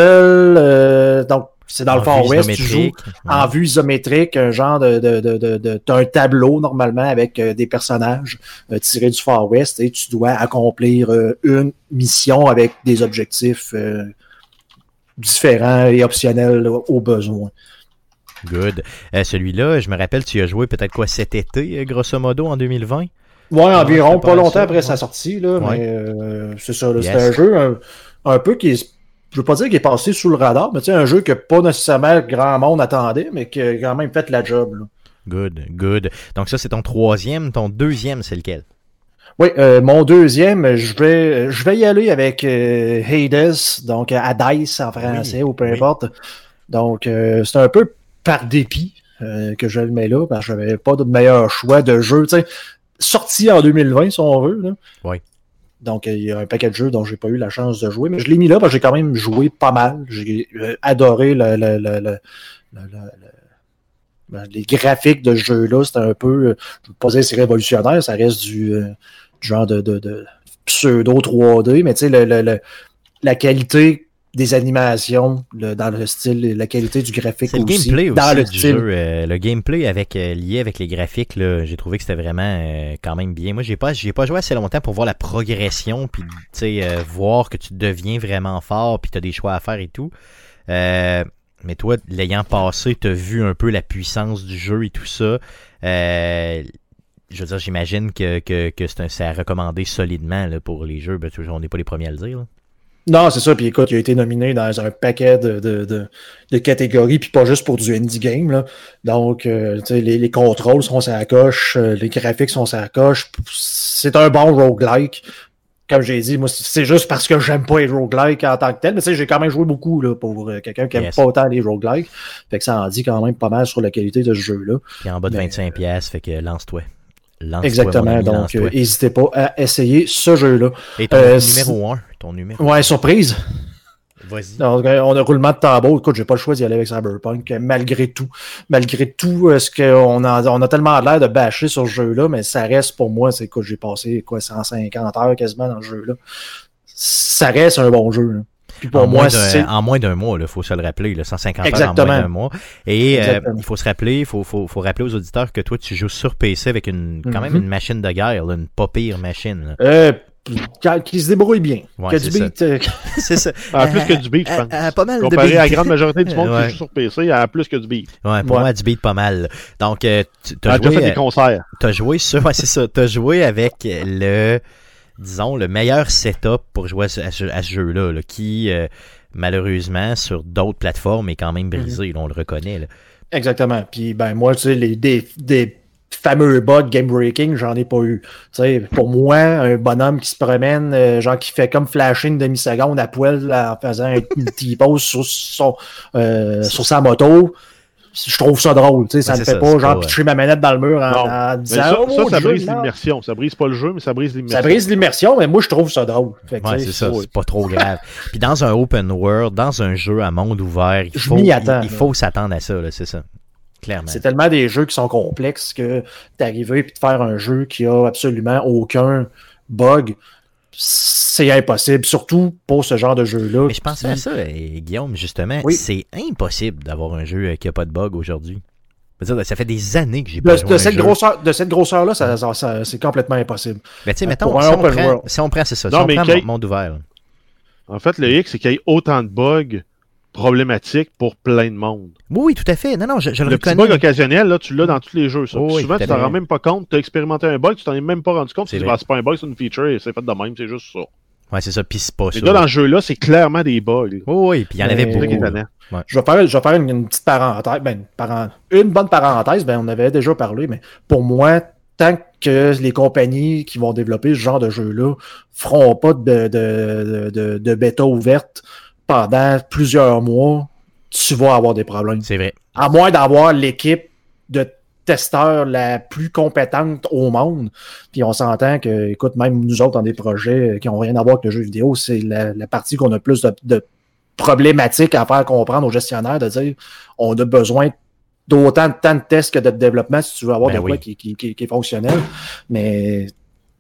Euh, donc, c'est dans en le Far West, tu joues ouais. en vue isométrique, un genre de, de, de, de, de t'as un tableau normalement avec euh, des personnages euh, tirés du Far West et tu dois accomplir euh, une mission avec des objectifs euh, différents et optionnels là, au besoin. Good. Euh, celui-là, je me rappelle, tu y as joué peut-être quoi cet été, grosso modo, en deux mille vingt? Ouais, environ, ouais, pas, pas longtemps ça, après ouais. sa sortie, là, ouais. mais euh, c'est ça, là, yes. c'est un jeu un, un peu qui est je veux pas dire qu'il est passé sous le radar, mais tu sais, un jeu que pas nécessairement grand monde attendait, mais qui a quand même fait la job. Là. Good, good. Donc ça, c'est ton troisième. Ton deuxième, c'est lequel? Oui, euh, mon deuxième, je vais je vais y aller avec euh, Hades, donc Hades en français, oui, ou peu oui. importe. Donc, euh, c'est un peu par dépit euh, que je le mets là, parce que j'avais pas de meilleur choix de jeu. Tu sais, sorti en deux mille vingt, si on veut. Là. Oui. Donc, il y a un paquet de jeux dont j'ai pas eu la chance de jouer, mais je l'ai mis là parce que j'ai quand même joué pas mal. J'ai euh, adoré le, le, le, le, le, le, les graphiques de ce jeu-là. C'était un peu, je ne veux pas dire c'est révolutionnaire, ça reste du, euh, du genre de, de, de pseudo trois D, mais tu sais, le, le, le, la qualité des animations le, dans le style, la qualité du graphique c'est aussi. Le gameplay dans aussi le du style. Jeu, euh, le gameplay avec, euh, lié avec les graphiques, là, j'ai trouvé que c'était vraiment euh, quand même bien. Moi, j'ai pas, j'ai pas joué assez longtemps pour voir la progression, puis euh, voir que tu deviens vraiment fort, puis tu as des choix à faire et tout. Euh, mais toi, l'ayant passé, tu as vu un peu la puissance du jeu et tout ça. Euh, je veux dire, j'imagine que, que, que c'est, un, c'est à recommander solidement là, pour les jeux. Ben, on n'est pas les premiers à le dire. Là. Non, c'est ça. Puis écoute, il a été nominé dans un paquet de, de, de, de catégories, puis pas juste pour du indie game. Là. Donc, euh, tu sais, les, les contrôles sont sur la coche, euh, les graphiques sont sur la coche. C'est un bon roguelike. Comme j'ai dit, moi, c'est juste parce que j'aime pas les roguelikes en tant que tel. Mais tu sais, j'ai quand même joué beaucoup là, pour euh, quelqu'un qui aime yes. pas autant les roguelikes. Fait que ça en dit quand même pas mal sur la qualité de ce jeu-là. Puis en bas de vingt-cinq piastres, fait que lance-toi. Lance-toi, exactement, ami, donc n'hésitez euh, pas à essayer ce jeu-là. Et ton euh, numéro un, ton numéro ouais, surprise. Vas-y. Donc, on a roulement de tambour. Écoute, j'ai pas le choix d'y aller avec Cyberpunk, malgré tout. Malgré tout, ce qu'on a, on a tellement l'air de bâcher sur ce jeu-là, mais ça reste pour moi, c'est écoute, j'ai passé quoi, cent cinquante heures quasiment dans ce jeu-là. Ça reste un bon jeu, là. Puis pour en, moi, moins c'est... en moins d'un mois, il faut se le rappeler, là, cent cinquante heures en moins d'un mois. Et euh, il faut se rappeler, il faut, faut, faut rappeler aux auditeurs que toi, tu joues sur P C avec une quand mm-hmm. même une machine de guerre, là, une pas pire machine. Là. Euh, qui se débrouille bien. Ouais, que du c'est beat. Euh... c'est ça. Ah, plus que du beat, je pense. Euh, euh, pas mal Comparé de beat. à la grande majorité du monde Ouais. qui joue sur P C, il y a plus que du beat. Ouais, pour Ouais. moi, du beat pas mal. Donc, euh, tu On as a déjà joué, fait des concerts. t'as joué sur, ouais, c'est ça, t'as joué avec le, disons, le meilleur setup pour jouer à ce, à ce, à ce jeu-là, là, qui, euh, malheureusement, sur d'autres plateformes est quand même brisé, mm-hmm. là, on le reconnaît, là. Exactement. Puis, ben, moi, tu sais, les, des, des fameux bugs game breaking, j'en ai pas eu. Tu sais, pour moi, un bonhomme qui se promène, euh, genre qui fait comme flasher une demi-seconde à poil en faisant une T-pose sur, son, euh, sur sa moto, je trouve ça drôle. Tu sais, ça ouais, me fait ça, pas, genre, pas, pitcher ma manette dans le mur en, non. en disant. Ça, oh, ça, ça jeu, brise non. l'immersion. Ça brise pas le jeu, mais ça brise l'immersion. Ça brise l'immersion, mais moi, je trouve ça drôle. Fait que, ouais, c'est ça, c'est pas trop grave. Puis dans un open world, dans un jeu à monde ouvert, il faut, il, attends, il faut s'attendre à ça, là, c'est ça. Clairement. C'est tellement des jeux qui sont complexes que d'arriver et de faire un jeu qui a absolument aucun bug, c'est impossible, surtout pour ce genre de jeu-là. Mais je pensais à ça, et Guillaume, justement, oui. C'est impossible d'avoir un jeu qui n'a pas de bug aujourd'hui. Ça fait des années que j'ai pas de, joué de un cette jeu. grosseur, de cette grosseur-là, ça, ça, ça, c'est complètement impossible. Mais tu sais, mettons, pour si, un on open prend, world. si on prend, c'est ça, non, si on mais prend qu'il... monde ouvert. Là. En fait, le hic, c'est qu'il y ait autant de bugs problématiques pour plein de monde. Oui, oui, tout à fait. Non, non, je, je le, le reconnais. Le petit bug occasionnel, là, tu l'as dans tous les jeux. Ça. Oh, oui, souvent, tu t'en rends même pas compte. Tu as expérimenté un bug, tu t'en es même pas rendu compte. C'est, c'est pas un bug, c'est une feature et c'est fait de même. C'est juste ça. Ouais, c'est ça. Puis c'est pas mais ça. Mais là, dans ce jeu-là, c'est clairement des bugs. Oh, oui, puis il y en avait beaucoup. Ouais. Je vais faire, je vais faire une, une petite parenthèse. Ben, parent, une bonne parenthèse, ben, on avait déjà parlé, mais pour moi, tant que les compagnies qui vont développer ce genre de jeu-là feront pas de, de, de, de, de bêta ouverte pendant plusieurs mois, tu vas avoir des problèmes. C'est vrai. À moins d'avoir l'équipe de testeurs la plus compétente au monde. Puis on s'entend que, écoute, même nous autres dans des projets qui n'ont rien à voir avec le jeu vidéo, c'est la, la partie qu'on a plus de, de problématiques à faire comprendre aux gestionnaires, de dire on a besoin d'autant de temps de tests que de développement si tu veux avoir ben des oui. voies qui, qui, qui, qui est fonctionnel. Mais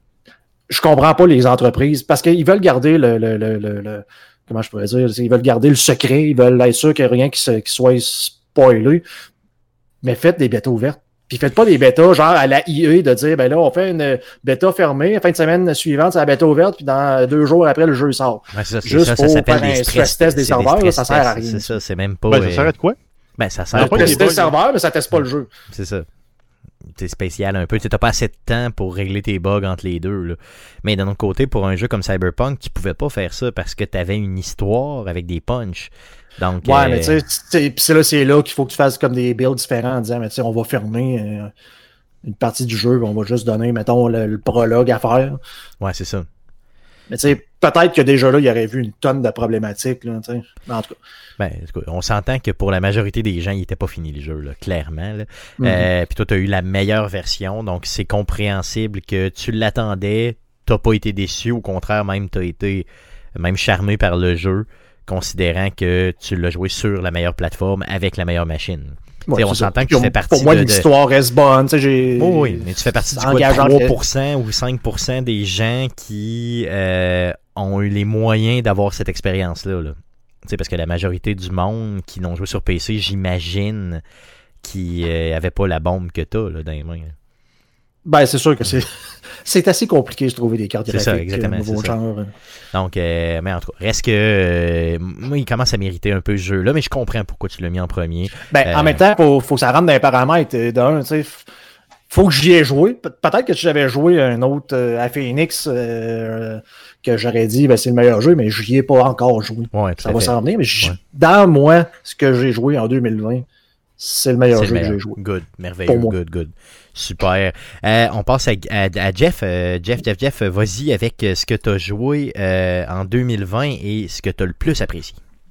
je comprends pas les entreprises parce qu'ils veulent garder le, le, le, le, le comment je pourrais dire, ils veulent garder le secret, ils veulent être sûr qu'il n'y a rien qui, se, qui soit spoilé. Mais faites des bêtas ouvertes. Puis faites pas des bêtas genre à la I E de dire ben là on fait une bêta fermée, la fin de semaine suivante c'est la bêta ouverte, puis dans deux jours après le jeu sort. Ouais, c'est ça, c'est juste ça, pour ça s'appelle faire des un stress, stress test des serveurs, des ça sert à rien. C'est ça, c'est même pas. Ben, ça euh... sert à quoi? Ben ça sert à pas tester le serveur, mais ça teste pas le jeu. C'est ça. C'est spécial un peu. Tu n'as pas assez de temps pour régler tes bugs entre les deux. Là. Mais d'un autre côté, pour un jeu comme Cyberpunk, tu pouvais pas faire ça parce que tu avais une histoire avec des punchs. Donc, ouais, euh... mais tu sais, c'est là, c'est là qu'il faut que tu fasses comme des builds différents en disant, mais tu sais, on va fermer euh, une partie du jeu, on va juste donner, mettons, le, le prologue à faire. Ouais, c'est ça. Mais tu sais, peut-être que déjà là, il y aurait vu une tonne de problématiques, là, tu sais. En tout cas. Ben, on s'entend que pour la majorité des gens, il n'était pas fini le jeu, là, clairement. Là. Mm-hmm. Euh, puis toi, tu as eu la meilleure version, donc c'est compréhensible que tu l'attendais, tu n'as pas été déçu, au contraire, même tu as été même charmé par le jeu, considérant que tu l'as joué sur la meilleure plateforme avec la meilleure machine. Ouais, on s'entend que tu fais partie pour moi, de... l'histoire reste bonne. J'ai... Oh, oui, mais tu fais partie du quoi, de trois pour cent ou cinq pour cent des gens qui euh, ont eu les moyens d'avoir cette expérience-là. Là. Parce que la majorité du monde qui l'ont joué sur P C, j'imagine, qui n'avaient euh, pas la bombe que tu as là, dans les mains. Ben, c'est sûr que c'est, c'est assez compliqué de trouver des cartes c'est graphiques ça, exactement, nouveau c'est genre. Ça. Donc, euh, mais en tout cas, reste que euh, moi, il commence à mériter un peu ce jeu-là, mais je comprends pourquoi tu l'as mis en premier. Ben, euh, en même temps, il faut, faut que ça rentre dans les paramètres d'un, tu sais. Faut que j'y ai joué. Pe- peut-être que si j'avais joué un autre euh, à Phoenix, euh, que j'aurais dit, ben, c'est le meilleur jeu, mais j'y ai pas encore joué. Ouais, ça va s'en venir, mais ouais. dans moi, ce que j'ai joué en deux mille vingt, c'est le meilleur c'est jeu le meilleur. que j'ai joué. Good, merveilleux, good, good. Super. Euh, on passe à, à, à Jeff. Euh, Jeff, Jeff, Jeff, vas-y avec ce que tu as joué euh, en deux mille vingt et ce que tu as le plus apprécié.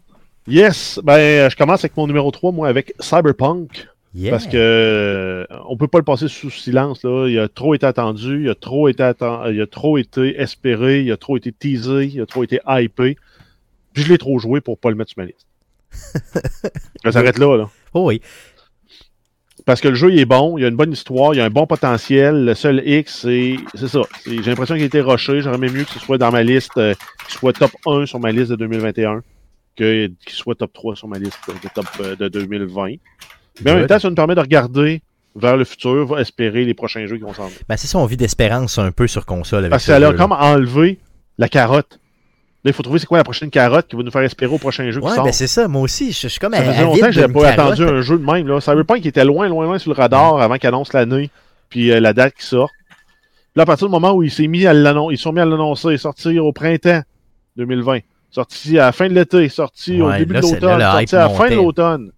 Yes, ben je commence avec mon numéro trois, moi, avec Cyberpunk. Yeah. Parce que euh, on peut pas le passer sous silence, là. Il a trop été attendu, il a trop été atten- il a trop été espéré, il a trop été teasé, il a trop été hypé. Puis je l'ai trop joué pour pas le mettre sur ma liste. Ça s'arrête là, là. Oh oui. Parce que le jeu il est bon, il a une bonne histoire, il a un bon potentiel. Le seul X, c'est, c'est ça. C'est, j'ai l'impression qu'il a été rushé. J'aurais aimé mieux que ce soit dans ma liste, euh, qu'il soit top un sur ma liste de deux mille vingt et un, que, qu'il soit top trois sur ma liste de, top, euh, de deux mille vingt. Mais en même temps, ça nous permet de regarder vers le futur, va espérer les prochains jeux qui vont s'en venir. Ben c'est ça, on vit d'espérance un peu sur console avec Parce que ce ça a jeu. comme enlevé la carotte. Là, il faut trouver c'est quoi la prochaine carotte qui va nous faire espérer au prochain jeu qui Ouais, sort. ben c'est ça. Moi aussi, je, je suis comme Ça à, faisait longtemps que j'avais pas attendu un jeu de même. Là. Cyberpunk était loin, loin, loin sur le radar avant qu'il annonce l'année, puis euh, la date qui sort. Là, à partir du moment où il s'est mis à l'annoncer, ils sont mis à l'annoncer, sorti au printemps deux mille vingt, sorti à la fin de l'été, sorti Ouais, au début là, de c'est- l'automne, là, le sorti hype à la fin montait. de l'automne.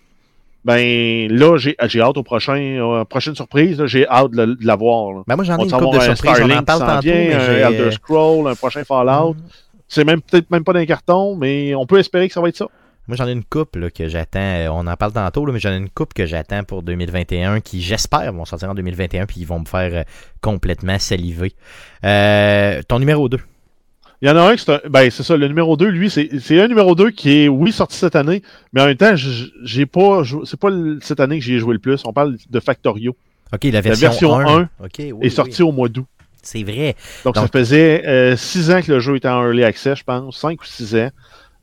Ben là, j'ai, j'ai hâte au prochain, euh, prochaine surprise. Là, j'ai hâte de, de la voir. Là. Ben moi, j'en ai On une va couple de savoir un surprises. On en Starlink parle qui s'en tantôt, vient, mais un j'ai... Elder Scroll, un prochain Fallout. C'est même peut-être même pas d'un carton, mais on peut espérer que ça va être ça. Moi, j'en ai une coupe là, que j'attends. Euh, On en parle tantôt, là, mais j'en ai une coupe que j'attends pour deux mille vingt et un qui, j'espère, vont sortir en deux mille vingt et un puis ils vont me faire euh, complètement saliver. Euh, ton numéro deux. Il y en a un qui c'est un, ben c'est ça, le numéro deux, lui, c'est, c'est un numéro deux qui est, oui, sorti cette année, mais en même temps, j'ai pas, c'est pas cette année que j'y ai joué le plus. On parle de Factorio. OK, la version, La version un. un OK, oui, est sortie oui. au mois d'août. C'est vrai. Donc, Donc- ça faisait euh, six ans que le jeu était en Early Access, je pense. Cinq ou six ans.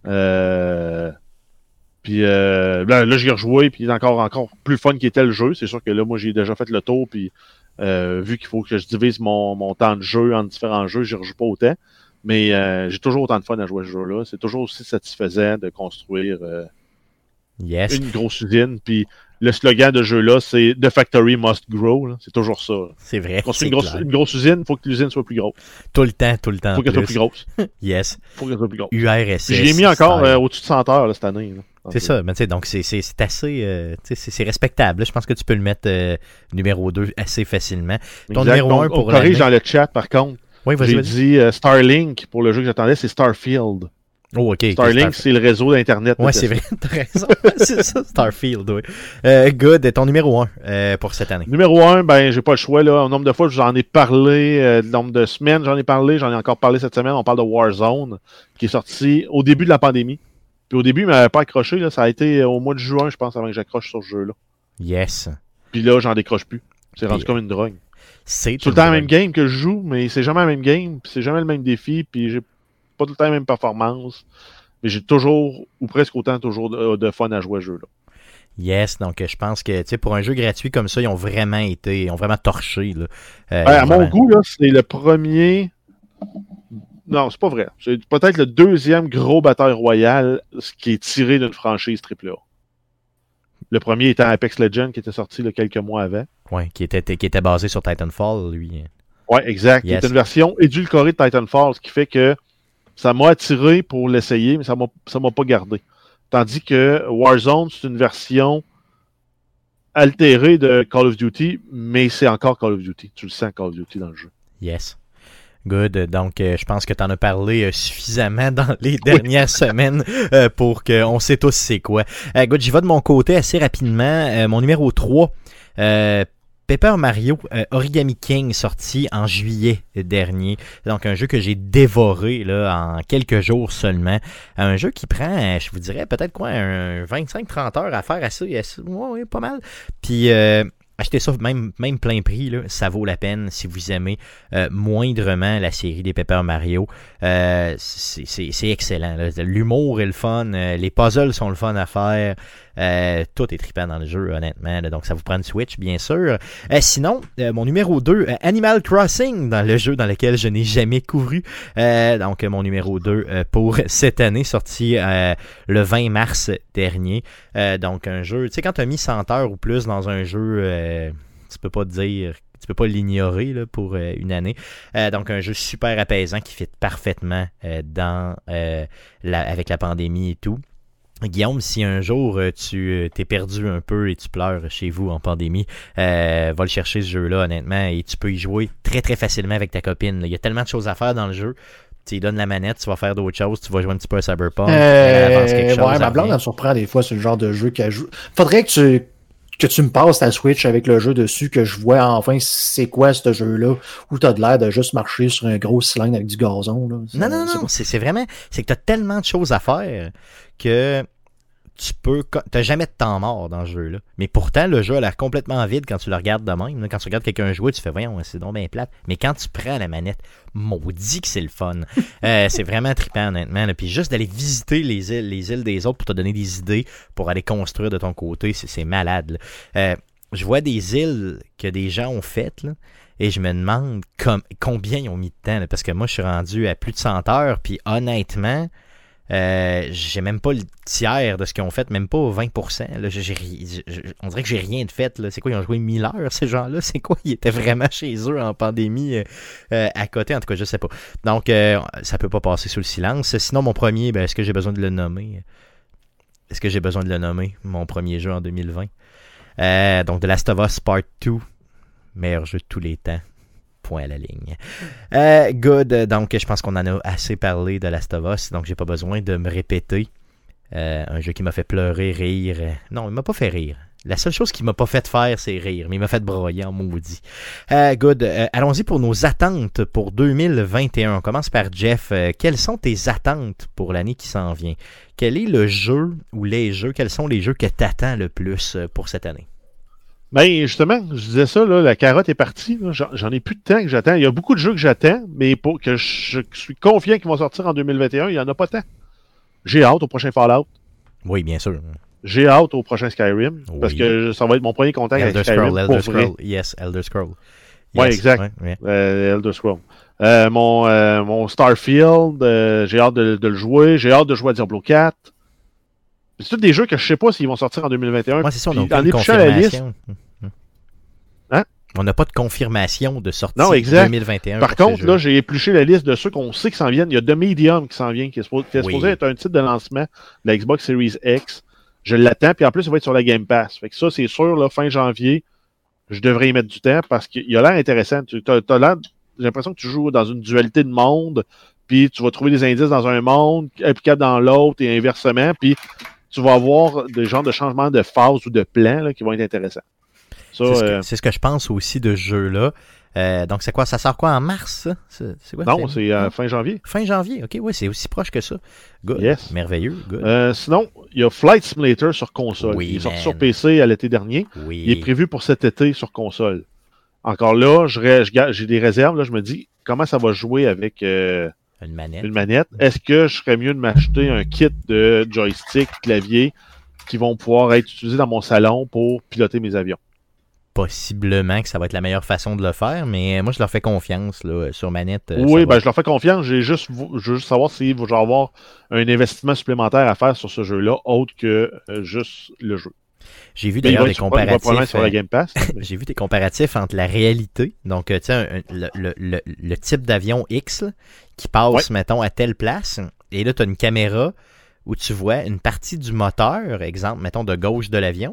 Euh... Puis euh, là, là j'y ai rejoué, puis il est encore, encore plus fun qu'était le jeu. C'est sûr que là, moi, j'ai déjà fait le tour, puis euh, vu qu'il faut que je divise mon, mon temps de jeu en différents jeux, j'y rejoue pas autant. Mais euh, j'ai toujours autant de fun à jouer à ce jeu-là. C'est toujours aussi satisfaisant de construire euh, Yes. une grosse usine. Puis le slogan de ce jeu-là, c'est « The factory must grow ». là. C'est toujours ça. là. C'est vrai. Construire c'est une grosse, clair. une grosse usine, il faut que l'usine soit plus grosse. Tout le temps, tout le temps. Il faut qu'elle soit plus grosse. Yes. Il faut qu'elle soit plus grosse. U R S S. Puis je l'ai mis encore style. euh, au-dessus de cent heures là, cette année. là. C'est ça, mais tu sais, donc c'est, c'est, c'est assez, euh, tu sais, c'est, c'est respectable. là. Je pense que tu peux le mettre euh, numéro deux assez facilement. Ton Exact. numéro Donc, un pour on corrige l'année. dans le chat, par contre. Oui, vas-y, J'ai vas-y. dit euh, Starlink pour le jeu que j'attendais, c'est Starfield. Oh, ok. ok, Starlink, Starfield. c'est le réseau d'Internet. de Ouais, c'est Tesla. vrai, t'as raison. c'est ça, Starfield, oui. Euh, good, ton numéro un euh, pour cette année. Numéro un, ben, j'ai pas le choix, là. Un nombre de fois, j'en ai parlé, euh, le nombre de semaines, j'en ai parlé, j'en ai encore parlé cette semaine. On parle de Warzone, qui est sorti au début de la pandémie. Puis au début, il m'avait pas accroché, là. Ça a été au mois de juin, je pense, avant que j'accroche sur ce jeu-là. Yes. Puis là, j'en décroche plus. C'est rendu Puis, comme une drogue. C'est C'est tout le temps la même game que je joue, mais c'est jamais la même game, puis c'est jamais le même défi, puis j'ai pas tout le temps la même performance. Mais j'ai toujours, ou presque autant, toujours de, de fun à jouer à ce jeu-là. Yes, donc euh, je pense que, tu sais, pour un jeu gratuit comme ça, ils ont vraiment été, ils ont vraiment torché, là. Euh, Ben, à vraiment. mon goût, là, c'est le premier. Non, c'est pas vrai. C'est peut-être le deuxième gros bataille royale ce qui est tiré d'une franchise triple A. Le premier étant Apex Legends qui était sorti là, quelques mois avant. Ouais, qui était, qui était basé sur Titanfall, lui. Ouais, exact. Yes. Qui est une version édulcorée de Titanfall, ce qui fait que ça m'a attiré pour l'essayer, mais ça m'a, ça m'a pas gardé. Tandis que Warzone, c'est une version altérée de Call of Duty, mais c'est encore Call of Duty. Tu le sens Call of Duty dans le jeu. Yes. Good. Donc, euh, je pense que tu en as parlé euh, suffisamment dans les dernières semaines euh, pour qu'on sait tous c'est quoi. Euh, good, j'y vais de mon côté assez rapidement. Euh, mon numéro trois, euh, Paper Mario euh, Origami King, sorti en juillet dernier. Donc, un jeu que j'ai dévoré là, en quelques jours seulement. Un jeu qui prend, je vous dirais, peut-être quoi, un vingt-cinq trente heures à faire assez, assez ouais, ouais, pas mal. Puis... Euh, achetez ça même, même plein prix, là, ça vaut la peine si vous aimez euh, moindrement la série des Paper Mario. Euh, c'est, c'est, c'est excellent. Là. L'humour est le fun, euh, les puzzles sont le fun à faire. Euh, tout est trippant dans le jeu, honnêtement. Là. Donc, ça vous prend une Switch, bien sûr. Euh, sinon, euh, mon numéro deux, euh, Animal Crossing, dans le jeu dans lequel je n'ai jamais couru. Euh, donc, mon numéro deux euh, pour cette année, sorti euh, le vingt mars dernier. Euh, donc, un jeu, tu sais, quand tu as mis cent heures ou plus dans un jeu, euh, tu peux pas te dire... Tu peux pas l'ignorer là, pour euh, une année. Euh, donc, un jeu super apaisant qui fit parfaitement euh, dans euh, la, avec la pandémie et tout. Guillaume, si un jour euh, tu euh, t'es perdu un peu et tu pleures chez vous en pandémie, euh, va le chercher ce jeu-là, honnêtement, et tu peux y jouer très très facilement avec ta copine. Là. Il y a tellement de choses à faire dans le jeu. Tu lui donnes la manette, tu vas faire d'autres choses, tu vas jouer un petit peu à Cyberpunk, Euh, elle avance quelque chose. ouais, elle ma blonde, revient. elle me surprend des fois sur le genre de jeu qu'elle joue. Faudrait que tu, que tu me passes ta Switch avec le jeu dessus, que je vois enfin c'est quoi ce jeu-là, où t'as de l'air de juste marcher sur un gros cylindre avec du gazon. Là. Non, non, non, c'est, c'est vraiment... C'est que t'as tellement de choses à faire que... tu peux... T'as jamais de temps mort dans ce jeu-là. Mais pourtant, le jeu a l'air complètement vide quand tu le regardes de même. Là. Quand tu regardes quelqu'un jouer, tu fais « Voyons, c'est donc bien plate. » Mais quand tu prends la manette, maudit que c'est le fun. euh, c'est vraiment trippant, honnêtement. Là. Puis juste d'aller visiter les îles, les îles des autres pour te donner des idées, pour aller construire de ton côté, c'est, c'est malade. Là. Euh, je vois des îles que des gens ont faites, là, et je me demande com- combien ils ont mis de temps, là, parce que moi, je suis rendu à plus de cent heures, puis honnêtement, euh, j'ai même pas le tiers de ce qu'ils ont fait, même pas vingt pour cent. Là, j'ai, j'ai, j'ai, on dirait que j'ai rien de fait. Là. C'est quoi, ils ont joué mille heures, ces gens-là? C'est quoi, ils étaient vraiment chez eux en pandémie euh, à côté? En tout cas, je sais pas. Donc, euh, ça peut pas passer sous le silence. Sinon, mon premier, ben, est-ce que j'ai besoin de le nommer? Est-ce que j'ai besoin de le nommer? Mon premier jeu en deux mille vingt. Euh, donc, The Last of Us Part deux. Meilleur jeu de tous les temps. Point à la ligne. Euh, good. Donc, je pense qu'on en a assez parlé de Last of Us, donc j'ai pas besoin de me répéter. Euh, un jeu qui m'a fait pleurer, rire. Non, il m'a pas fait rire. La seule chose qui m'a pas fait faire, c'est rire, mais il m'a fait broyer en maudit. Euh, good. Euh, allons-y pour nos attentes pour deux mille vingt et un. On commence par Jeff. Euh, quelles sont tes attentes pour l'année qui s'en vient? Quel est le jeu ou les jeux, quels sont les jeux que t'attends le plus pour cette année? Ben, justement, je disais ça, là, la carotte est partie. Là, j'en, j'en ai plus de temps que j'attends. Il y a beaucoup de jeux que j'attends, mais pour que je, je suis confiant qu'ils vont sortir en deux mille vingt et un, il n'y en a pas tant. J'ai hâte au prochain Fallout. Oui, bien sûr. J'ai hâte au prochain Skyrim, Oui. parce que ça va être mon premier contact Elder avec Skyrim. Scroll, pour Elder vrai. Scroll. Yes, Elder Scroll. Ouais, Yes, exact. ouais, ouais. Euh, Elder Scroll. Euh, mon, euh, mon Starfield, euh, j'ai hâte de, de le jouer. J'ai hâte de jouer à Diablo quatre. C'est tous des jeux que je sais pas s'ils vont sortir en deux mille vingt et un. Moi, c'est ça, on n'a Puis, en aucune épluchant la liste, confirmation. Hein? On n'a pas de confirmation de sortie Non, exact. deux mille vingt et un. Par contre, là, j'ai épluché la liste de ceux qu'on sait qui s'en viennent. Il y a The Medium qui s'en vient, qui est supposé, qui est Oui. supposé être un titre de lancement de la Xbox Series X. Je l'attends, puis en plus, il va être sur la Game Pass. Fait que ça, c'est sûr, là, fin janvier, je devrais y mettre du temps parce qu'il a l'air intéressant. Tu, t'as, t'as l'air, j'ai l'impression que tu joues dans une dualité de monde, puis tu vas trouver des indices dans un monde, applicables dans l'autre et inversement, puis tu vas avoir des genres de changements de phase ou de plan là, qui vont être intéressants. Ça, C'est ce, que, euh, c'est ce que je pense aussi de ce jeu-là. Euh, donc, c'est quoi? Ça sort quoi en mars, ça? C'est, c'est quoi? non, c'est euh, fin janvier. Fin janvier, ok, oui, c'est aussi proche que ça. Good. Yes. Merveilleux, good. Euh, sinon, il y a Flight Simulator sur console. Oui, il est sorti man. sur P C à l'été dernier. oui. Il est prévu pour cet été sur console. Encore là, je, ré- je ga- j'ai des réserves. Là, je me dis, comment ça va jouer avec euh, Une manette. une manette? Est-ce que je serais mieux de m'acheter un kit de joystick, clavier, qui vont pouvoir être utilisés dans mon salon pour piloter mes avions? Possiblement que ça va être la meilleure façon de le faire, mais moi, je leur fais confiance là, sur manette. euh, Oui, ça ben va. je leur fais confiance. J'ai juste, je veux juste savoir s'il va y avoir un investissement supplémentaire à faire sur ce jeu-là, autre que euh, juste le jeu. J'ai vu Ben, il d'ailleurs va des être- il va probablement comparatifs. sur la euh, Game Pass. J'ai vu des comparatifs entre la réalité, donc euh, tu sais, un- un- le, le, le, le type d'avion X là, qui passe, Ouais. mettons, à telle place, et là, tu as une caméra où tu vois une partie du moteur, exemple, mettons, de gauche de l'avion,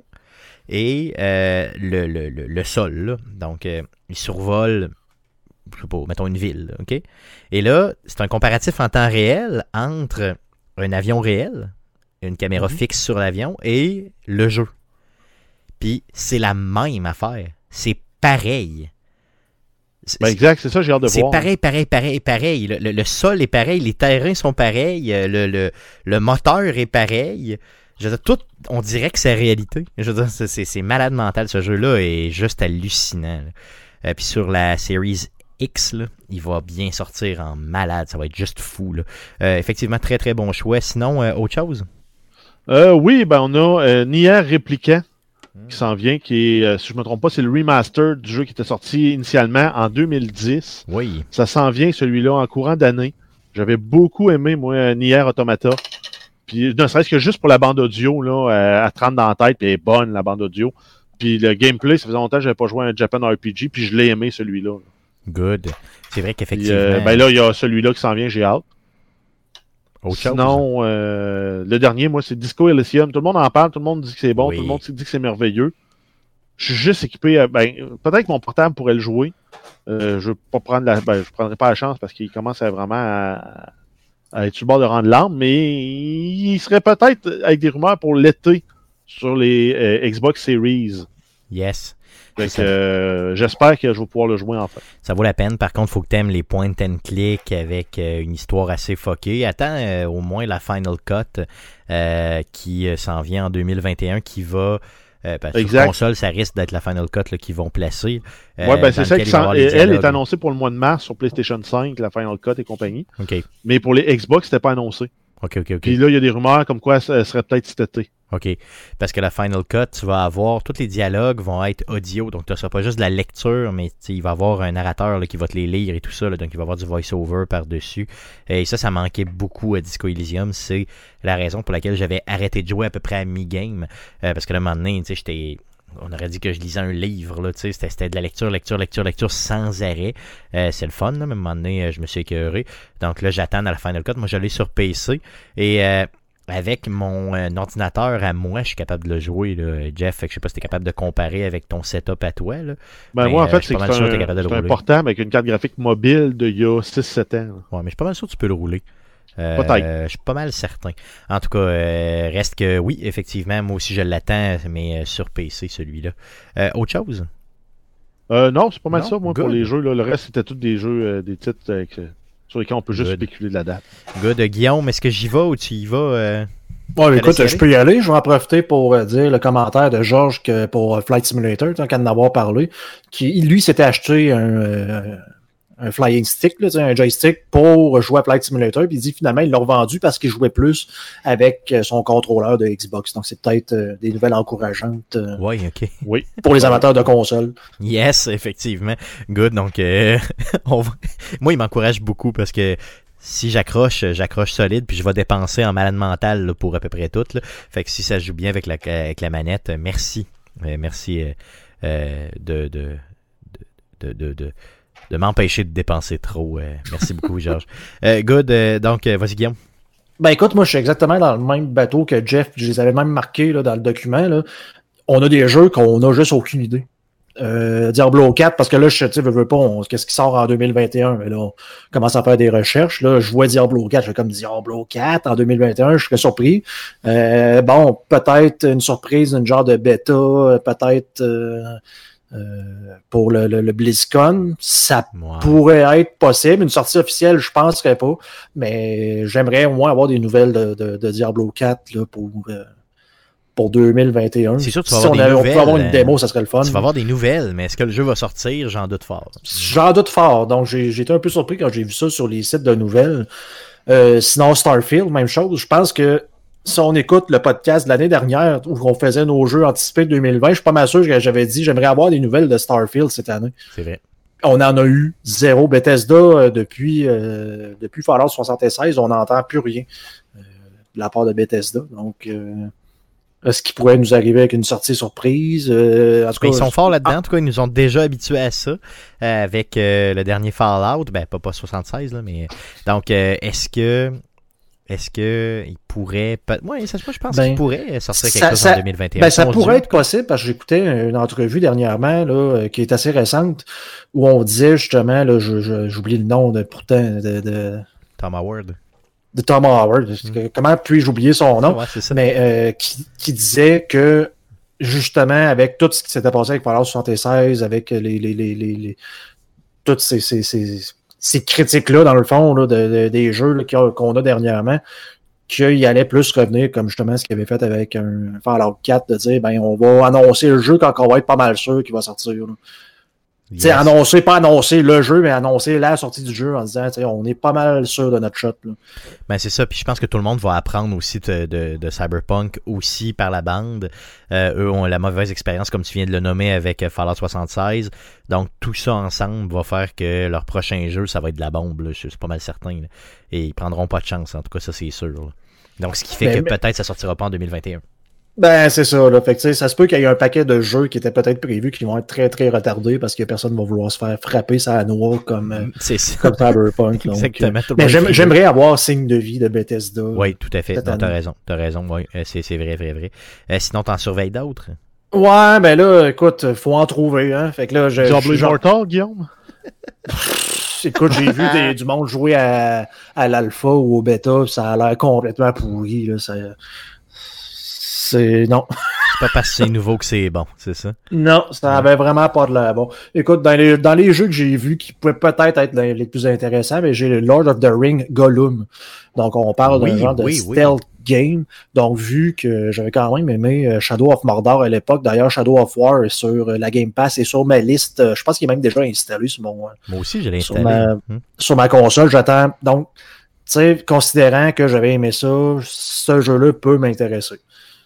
et euh, le, le, le, le sol, là. Donc, euh, il survole, je sais pas, mettons une ville, là, OK? Et là, c'est un comparatif en temps réel entre un avion réel, une caméra Mhm. fixe sur l'avion, et le jeu. Puis c'est la même affaire. C'est pareil. C'est, Ben exact, c'est ça, j'ai hâte de c'est voir. pareil, pareil, pareil, pareil. Le, le- le sol est pareil, les terrains sont pareils, euh, le, le, le moteur est pareil. Je veux dire, tout, on dirait que c'est réalité. Je veux dire, c'est, c'est, c'est malade mental. Ce jeu-là est juste hallucinant. là. Euh, puis sur la Series X, là, il va bien sortir en malade. Ça va être juste fou. Là. Euh, effectivement, très très bon choix. Sinon, euh, autre chose? Euh, oui, ben on a euh, Nier Replicant qui s'en vient, qui est, euh, si je me trompe pas, c'est le remaster du jeu qui était sorti initialement en deux mille dix. Oui. Ça s'en vient, celui-là, en courant d'année. J'avais beaucoup aimé, moi, Nier Automata. Puis, ne serait-ce que juste pour la bande audio, là, euh, à trente dans la tête, puis elle est bonne, la bande audio. Puis le gameplay, ça faisait longtemps que j'avais pas joué à un Japan R P G, puis je l'ai aimé, celui-là. Good. C'est vrai Puis, qu'effectivement. euh, ben là, il y a celui-là qui s'en vient, j'ai hâte. autre chose. Sinon, euh, le dernier, moi, c'est Disco Elysium. Tout le monde en parle, tout le monde dit que c'est bon, Oui. tout le monde dit que c'est merveilleux. Je suis juste équipé. à- ben, peut-être que mon portable pourrait le jouer. Euh, je veux pas prendre la, ben, je prendrai pas la chance parce qu'il commence à vraiment à, à être sur le bord de rendre l'arme, mais il serait peut-être avec des rumeurs pour l'été sur les euh, Xbox Series. Yes. Fait que, Ça- euh, j'espère que je vais pouvoir le jouer enfin. Ça vaut la peine. Par contre, il faut que tu aimes les point and click avec euh, une histoire assez fuckée. Attends euh, au moins la Final Cut euh, qui euh, s'en vient en deux mille vingt et un qui va. Euh, parce que sur Exact. console, ça risque d'être la Final Cut là, qu'ils vont placer. euh, ouais, ben dans c'est ça lequel qui il va y s'en- avoir les elle est dialogues. annoncée pour le mois de mars sur PlayStation cinq, la Final Cut et compagnie. OK. Mais pour les Xbox, c'était pas annoncé. OK, OK, OK. Puis là, il y a des rumeurs comme quoi ça serait peut-être cet été. OK. Parce que la Final Cut, tu vas avoir... Tous les dialogues vont être audio. Donc, tu ne seras pas juste de la lecture, mais il va y avoir un narrateur là, qui va te les lire et tout ça. Là, donc, il va y avoir du voice-over par-dessus. Et ça, ça manquait beaucoup à Disco Elysium. C'est la raison pour laquelle j'avais arrêté de jouer à peu près à mi-game. Euh, parce que là, à un moment donné, tu sais, j'étais... On aurait dit que je lisais un livre, là, tu sais, c'était, c'était de la lecture, lecture, lecture, lecture sans arrêt. Euh, c'est le fun, là, mais à un moment donné, je me suis écœuré. Donc là, j'attends dans la Final Cut. Moi, je l'ai sur P C. Et euh, avec mon euh, ordinateur à moi, je suis capable de le jouer, là, Jeff. Fait que je sais pas si tu es capable de comparer avec ton setup à toi. Là. Ben mais, moi, en fait, euh, c'est que c'est un, c'est un portable avec une carte graphique mobile d'il y a six sept ans. Là. Ouais, mais je suis pas mal sûr que tu peux le rouler. Euh, Peut-être. je suis pas mal certain. En tout cas, euh, reste que oui, effectivement, moi aussi je l'attends, mais euh, sur P C celui-là. Euh, autre chose? Euh, non, c'est pas mal non? ça, moi, Good. pour les jeux. Là. Le reste, c'était tous des jeux, euh, des titres euh, que, sur lesquels on peut juste Good. spéculer de la date. Good. Guillaume, est-ce que j'y vais ou tu y vas? Euh... Bon, écoute, je peux y aller. Je vais en profiter pour euh, dire le commentaire de Georges que pour euh, Flight Simulator, tant qu'à en avoir parlé, qui, lui, s'était acheté un, euh, un flying stick, là, un joystick pour jouer à Flight Simulator, puis il dit finalement, il l'a revendu parce qu'il jouait plus avec son contrôleur de Xbox. Donc, c'est peut-être euh, des nouvelles encourageantes euh, Oui, OK. Oui. pour les amateurs de consoles. Yes, effectivement. Good. Donc, euh, on va... moi, il m'encourage beaucoup parce que si j'accroche, j'accroche solide, puis je vais dépenser en malade mental là, pour à peu près tout. Là. Fait que si ça joue bien avec la, avec la manette, merci. Euh, merci euh, euh, de, de, de, de, de, de m'empêcher de dépenser trop. Euh, merci beaucoup, Georges. Euh, good. Euh, donc, euh, vas-y, Guillaume. Ben écoute, moi, je suis exactement dans le même bateau que Jeff. Je les avais même marqués là, dans le document. Là. On a des jeux qu'on n'a juste aucune idée. Euh, Diablo quatre, parce que là, je sais, veux, veux pas, on, qu'est-ce qui sort en deux mille vingt et un? Mais là, on commence à faire des recherches. Là, je vois Diablo quatre, je fais comme Diablo quatre en deux mille vingt et un, je serais surpris. Euh, bon, peut-être une surprise, une genre de bêta, peut-être euh, euh, pour le, le, le BlizzCon. Ça wow. pourrait être possible. Une sortie officielle, je penserais pas. Mais j'aimerais au moins avoir des nouvelles de, de, de Diablo quatre là, pour... Euh, pour deux mille vingt et un. C'est sûr que tu vas si avoir on, des a, nouvelles. On peut avoir une démo, ça serait le fun. Tu vas avoir des nouvelles, mais est-ce que le jeu va sortir? J'en doute fort. J'en doute fort. Donc, j'ai, j'ai été un peu surpris quand j'ai vu ça sur les sites de nouvelles. Euh, sinon, Starfield, même chose. Je pense que si on écoute le podcast de l'année dernière où on faisait nos jeux anticipés de deux mille vingt, je suis pas mal sûr que j'avais dit j'aimerais avoir des nouvelles de Starfield cette année. C'est vrai. On en a eu zéro. Bethesda, euh, depuis, euh, depuis Fallout soixante-seize, on n'entend plus rien euh, de la part de Bethesda. Donc... Euh, Est-ce qu'il pourrait nous arriver avec une sortie surprise? Euh, en tout cas, ils sont forts là-dedans. Ah. En tout cas, ils nous ont déjà habitués à ça euh, avec euh, le dernier Fallout. Ben, pas, pas soixante-seize, là, mais... Donc, euh, est-ce que... Est-ce que il pourrait... Moi, ça, je pense ben, qu'il pourrait sortir quelque ça, chose ça, en deux mille vingt et un. Ben, ça pourrait être possible, parce que j'écoutais une entrevue dernièrement, là, qui est assez récente, où on disait, justement, là, je, je, j'oublie le nom, de, pourtant, de... de... Tom Howard. de Tom Howard. Mm. Comment puis-je oublier son nom? Ouais, c'est ça. Mais euh, qui, qui disait que justement, avec tout ce qui s'était passé avec Fallout soixante-seize, avec les, les, les, les, les toutes ces, ces, ces, ces critiques-là, dans le fond, là, de, de, des jeux là, qu'on a dernièrement, qu'il allait plus revenir comme justement ce qu'il avait fait avec un Fallout quatre, de dire ben on va annoncer le jeu quand on va être pas mal sûr qu'il va sortir. Là. Yes. T'sais, annoncer, pas annoncer le jeu, mais annoncer la sortie du jeu en disant on est pas mal sûr de notre shot. Là. Ben c'est ça, puis je pense que tout le monde va apprendre aussi de, de, de Cyberpunk aussi par la bande. Euh, eux ont la mauvaise expérience, comme tu viens de le nommer, avec Fallout soixante-seize. Donc tout ça ensemble va faire que leur prochain jeu, ça va être de la bombe. Là. Je suis pas mal certain. Là. Et ils prendront pas de chance, en tout cas, ça c'est sûr. Là. Donc ce qui fait mais, que mais... peut-être ça sortira pas en deux mille vingt et un. Ben, c'est ça, là. Fait que, ça se peut qu'il y ait un paquet de jeux qui étaient peut-être prévus qui vont être très, très retardés parce que personne va vouloir se faire frapper ça à noix comme, c'est ça. comme Cyberpunk. Exactement. Donc, mais j'aime, j'aimerais avoir signe de vie de Bethesda. Oui, tout à fait. Non, t'as raison. T'as raison. Oui, c'est, c'est vrai, vrai, vrai. Euh, sinon, t'en surveilles d'autres? Ouais, ben là, écoute, faut en trouver, hein. Fait que là, je. Diablo Immortal, Guillaume? Écoute, j'ai vu des, du monde jouer à, à l'alpha ou au bêta, ça a l'air complètement pourri, là. Ça. C'est... Non. C'est pas parce que c'est nouveau que c'est bon, c'est ça? Non, ça ouais. avait vraiment pas de l'air bon. Écoute, dans les, dans les jeux que j'ai vus qui pouvaient peut-être être les, les plus intéressants, mais j'ai le Lord of the Ring Gollum. Donc, on parle oui, d'un genre oui, de stealth oui. game. Donc, vu que j'avais quand même aimé Shadow of Mordor à l'époque, d'ailleurs, Shadow of War est sur la Game Pass et sur ma liste. Je pense qu'il est même déjà installé sur mon... Moi aussi, je l'ai sur installé. Ma, hum. Sur ma console, j'attends... Donc, sais, considérant que j'avais aimé ça, ce jeu-là peut m'intéresser.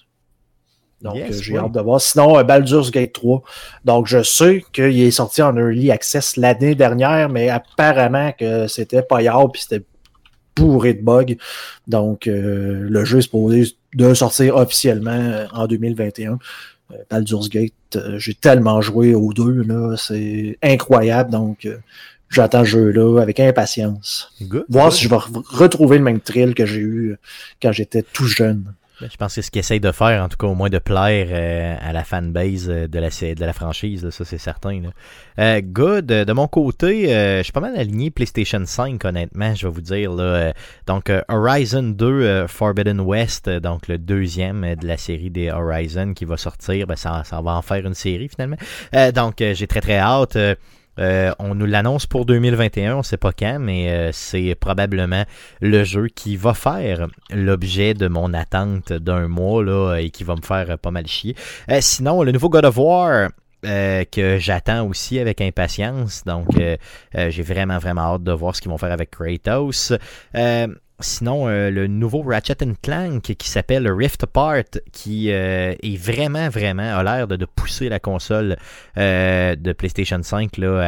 Donc, yes, euh, j'ai oui. hâte de voir. Sinon, euh, Baldur's Gate trois. Donc, je sais qu'il est sorti en Early Access l'année dernière, mais apparemment que c'était payard puis c'était bourré de bugs. Donc, euh, le jeu est supposé de sortir officiellement en deux mille vingt et un. Euh, Baldur's Gate, euh, j'ai tellement joué aux deux, là, c'est incroyable. Donc, euh, j'attends ce jeu-là avec impatience. Good, voir good. Si je vais re- retrouver le même thrill que j'ai eu quand j'étais tout jeune. Je pense que c'est ce qu'ils essayent de faire, en tout cas au moins de plaire euh, à la fanbase de la, de la franchise, là, ça c'est certain. Là. Euh, good, de mon côté, euh, je suis pas mal aligné PlayStation cinq, honnêtement, je vais vous dire. Là, donc euh, Horizon deux euh, Forbidden West, donc le deuxième de la série des Horizon qui va sortir, ben, ça, ça va en faire une série finalement. Euh, donc euh, j'ai très très hâte. Euh, Euh, on nous l'annonce pour deux mille vingt et un, on ne sait pas quand, mais euh, c'est probablement le jeu qui va faire l'objet de mon attente d'un mois là, et qui va me faire pas mal chier. Euh, sinon, le nouveau God of War... Euh, que j'attends aussi avec impatience, donc euh, euh, j'ai vraiment vraiment hâte de voir ce qu'ils vont faire avec Kratos. Euh, Sinon, euh, le nouveau Ratchet and Clank qui s'appelle Rift Apart, qui euh, est vraiment, vraiment, a l'air de, de pousser la console euh, de PlayStation cinq là,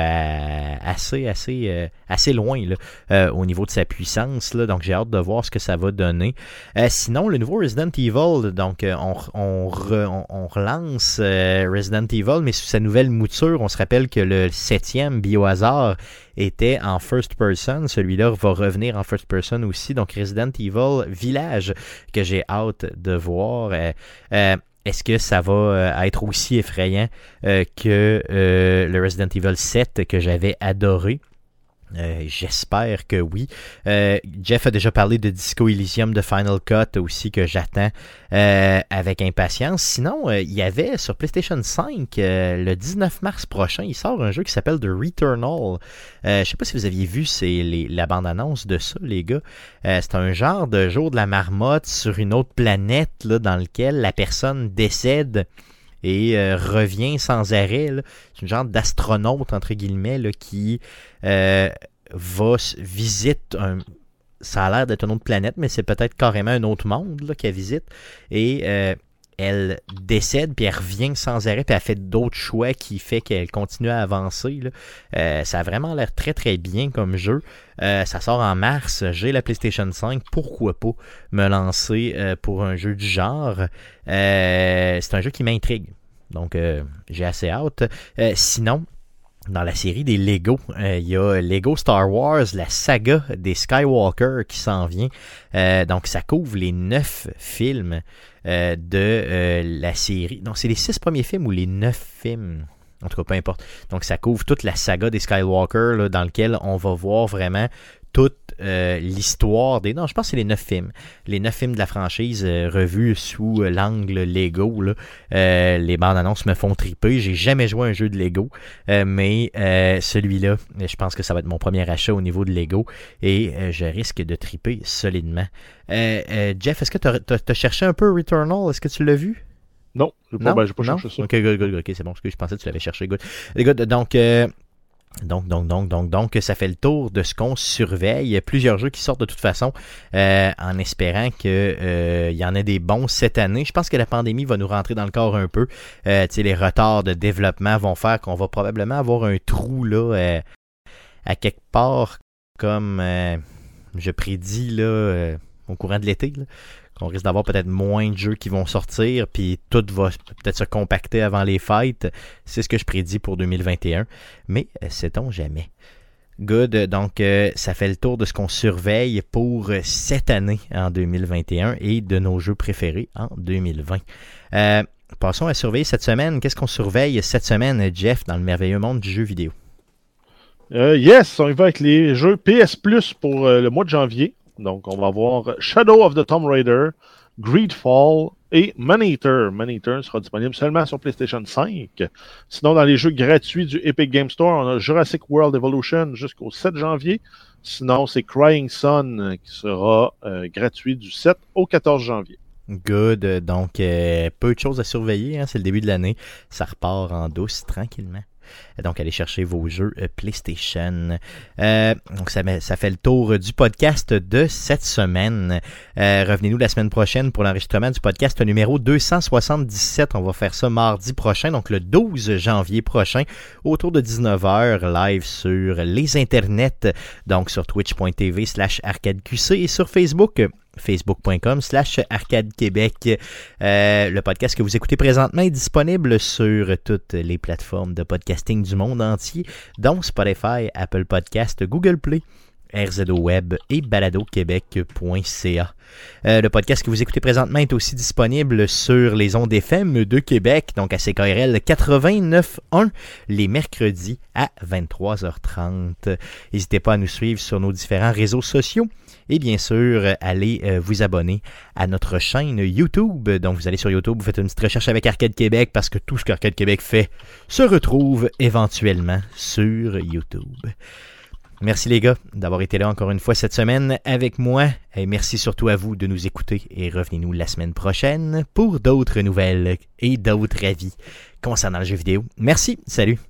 à, assez, assez, euh, assez loin là, euh, au niveau de sa puissance. Là, donc, j'ai hâte de voir ce que ça va donner. Euh, sinon, le nouveau Resident Evil, donc euh, on, on, re, on, on relance euh, Resident Evil, mais sous sa nouvelle mouture. On se rappelle que le septième Biohazard était en first person, celui-là va revenir en first person aussi, donc Resident Evil Village, que j'ai hâte de voir. Euh, euh, est-ce que ça va euh, être aussi effrayant euh, que euh, le Resident Evil sept que j'avais adoré? Euh, j'espère que oui. Euh, Jeff a déjà parlé de Disco Elysium de Final Cut aussi que j'attends euh, avec impatience. Sinon, euh, il y avait sur PlayStation cinq euh, le dix-neuf mars prochain, il sort un jeu qui s'appelle The Returnal. Euh, je sais pas si vous aviez vu c'est les, la bande-annonce de ça, les gars. Euh, c'est un genre de jour de la marmotte sur une autre planète là, dans lequel la personne décède et euh, revient sans arrêt. Là. C'est une genre d'astronaute, entre guillemets, là, qui euh, va visite un... Ça a l'air d'être une autre planète, mais c'est peut-être carrément un autre monde là, qu'elle visite. Et euh, elle décède, puis elle revient sans arrêt, puis elle fait d'autres choix qui fait qu'elle continue à avancer. Là. Euh, ça a vraiment l'air très très bien comme jeu. Euh, ça sort en mars, j'ai la PlayStation cinq, pourquoi pas me lancer euh, pour un jeu du genre. Euh, c'est un jeu qui m'intrigue, donc euh, j'ai assez hâte. Euh, sinon, dans la série des Lego, il euh, y a Lego Star Wars, la saga des Skywalker qui s'en vient. Euh, donc ça couvre les neuf films euh, de euh, la série. Donc c'est les six premiers films ou les neuf films? En tout cas, peu importe. Donc, ça couvre toute la saga des Skywalker, là, dans lequel on va voir vraiment toute euh, l'histoire des... Non, je pense que c'est les neuf films. Les neuf films de la franchise euh, revus sous euh, l'angle Lego. Là. Euh, les bandes annonces me font triper. J'ai jamais joué à un jeu de Lego, euh, mais euh, celui-là, je pense que ça va être mon premier achat au niveau de Lego et euh, je risque de triper solidement. Euh, euh, Jeff, est-ce que tu as cherché un peu Returnal? Est-ce que tu l'as vu? Non, je n'ai pas, ben, pas cherché ça. Ok, good, good, good, ok, c'est bon, parce que je pensais que tu l'avais cherché. Good. good donc, euh, donc, donc, donc, donc, donc, ça fait le tour de ce qu'on surveille. Il y a plusieurs jeux qui sortent de toute façon, euh, en espérant qu'il euh, y en ait des bons cette année. Je pense que la pandémie va nous rentrer dans le corps un peu. Euh, tu sais, les retards de développement vont faire qu'on va probablement avoir un trou là euh, à quelque part, comme euh, je prédis là euh, au courant de l'été. Là. On risque d'avoir peut-être moins de jeux qui vont sortir, puis tout va peut-être se compacter avant les fêtes. C'est ce que je prédis pour deux mille vingt et un, mais sait-on jamais. Good, donc euh, ça fait le tour de ce qu'on surveille pour cette année en deux mille vingt et un et de nos jeux préférés en deux mille vingt. Euh, passons à surveiller cette semaine. Qu'est-ce qu'on surveille cette semaine, Jeff, dans le merveilleux monde du jeu vidéo? Euh, yes, on y va avec les jeux P S Plus pour euh, le mois de janvier. Donc, on va avoir Shadow of the Tomb Raider, Greedfall et Maneater. Maneater sera disponible seulement sur PlayStation cinq. Sinon, dans les jeux gratuits du Epic Game Store, on a Jurassic World Evolution jusqu'au sept janvier. Sinon, c'est Crying Sun qui sera euh, gratuit du sept au quatorze janvier. Good. Donc, euh, peu de choses à surveiller. Hein, c'est le début de l'année. Ça repart en douce tranquillement. Donc, allez chercher vos jeux PlayStation. Euh, donc, ça, ça fait le tour du podcast de cette semaine. Euh, revenez-nous la semaine prochaine pour l'enregistrement du podcast numéro deux cent soixante-dix-sept. On va faire ça mardi prochain, donc le douze janvier prochain, autour de dix-neuf heures, live sur les internets, donc sur twitch.tv slash arcadeqc et sur Facebook, facebook.com slash arcade québec. Euh, le podcast que vous écoutez présentement est disponible sur toutes les plateformes de podcasting du monde entier, dont Spotify, Apple Podcast, Google Play, R Z O Web et balado québec point c a. Euh, le podcast que vous écoutez présentement est aussi disponible sur les ondes F M de Québec, donc à C K R L quatre-vingt-neuf point un, les mercredis à vingt-trois heures trente. N'hésitez pas à nous suivre sur nos différents réseaux sociaux et bien sûr, allez euh, vous abonner à notre chaîne YouTube. Donc vous allez sur YouTube, vous faites une petite recherche avec Arcade Québec parce que tout ce qu'Arcade Québec fait se retrouve éventuellement sur YouTube. Merci les gars d'avoir été là encore une fois cette semaine avec moi. Et merci surtout à vous de nous écouter et revenez-nous la semaine prochaine pour d'autres nouvelles et d'autres avis concernant le jeu vidéo. Merci, salut!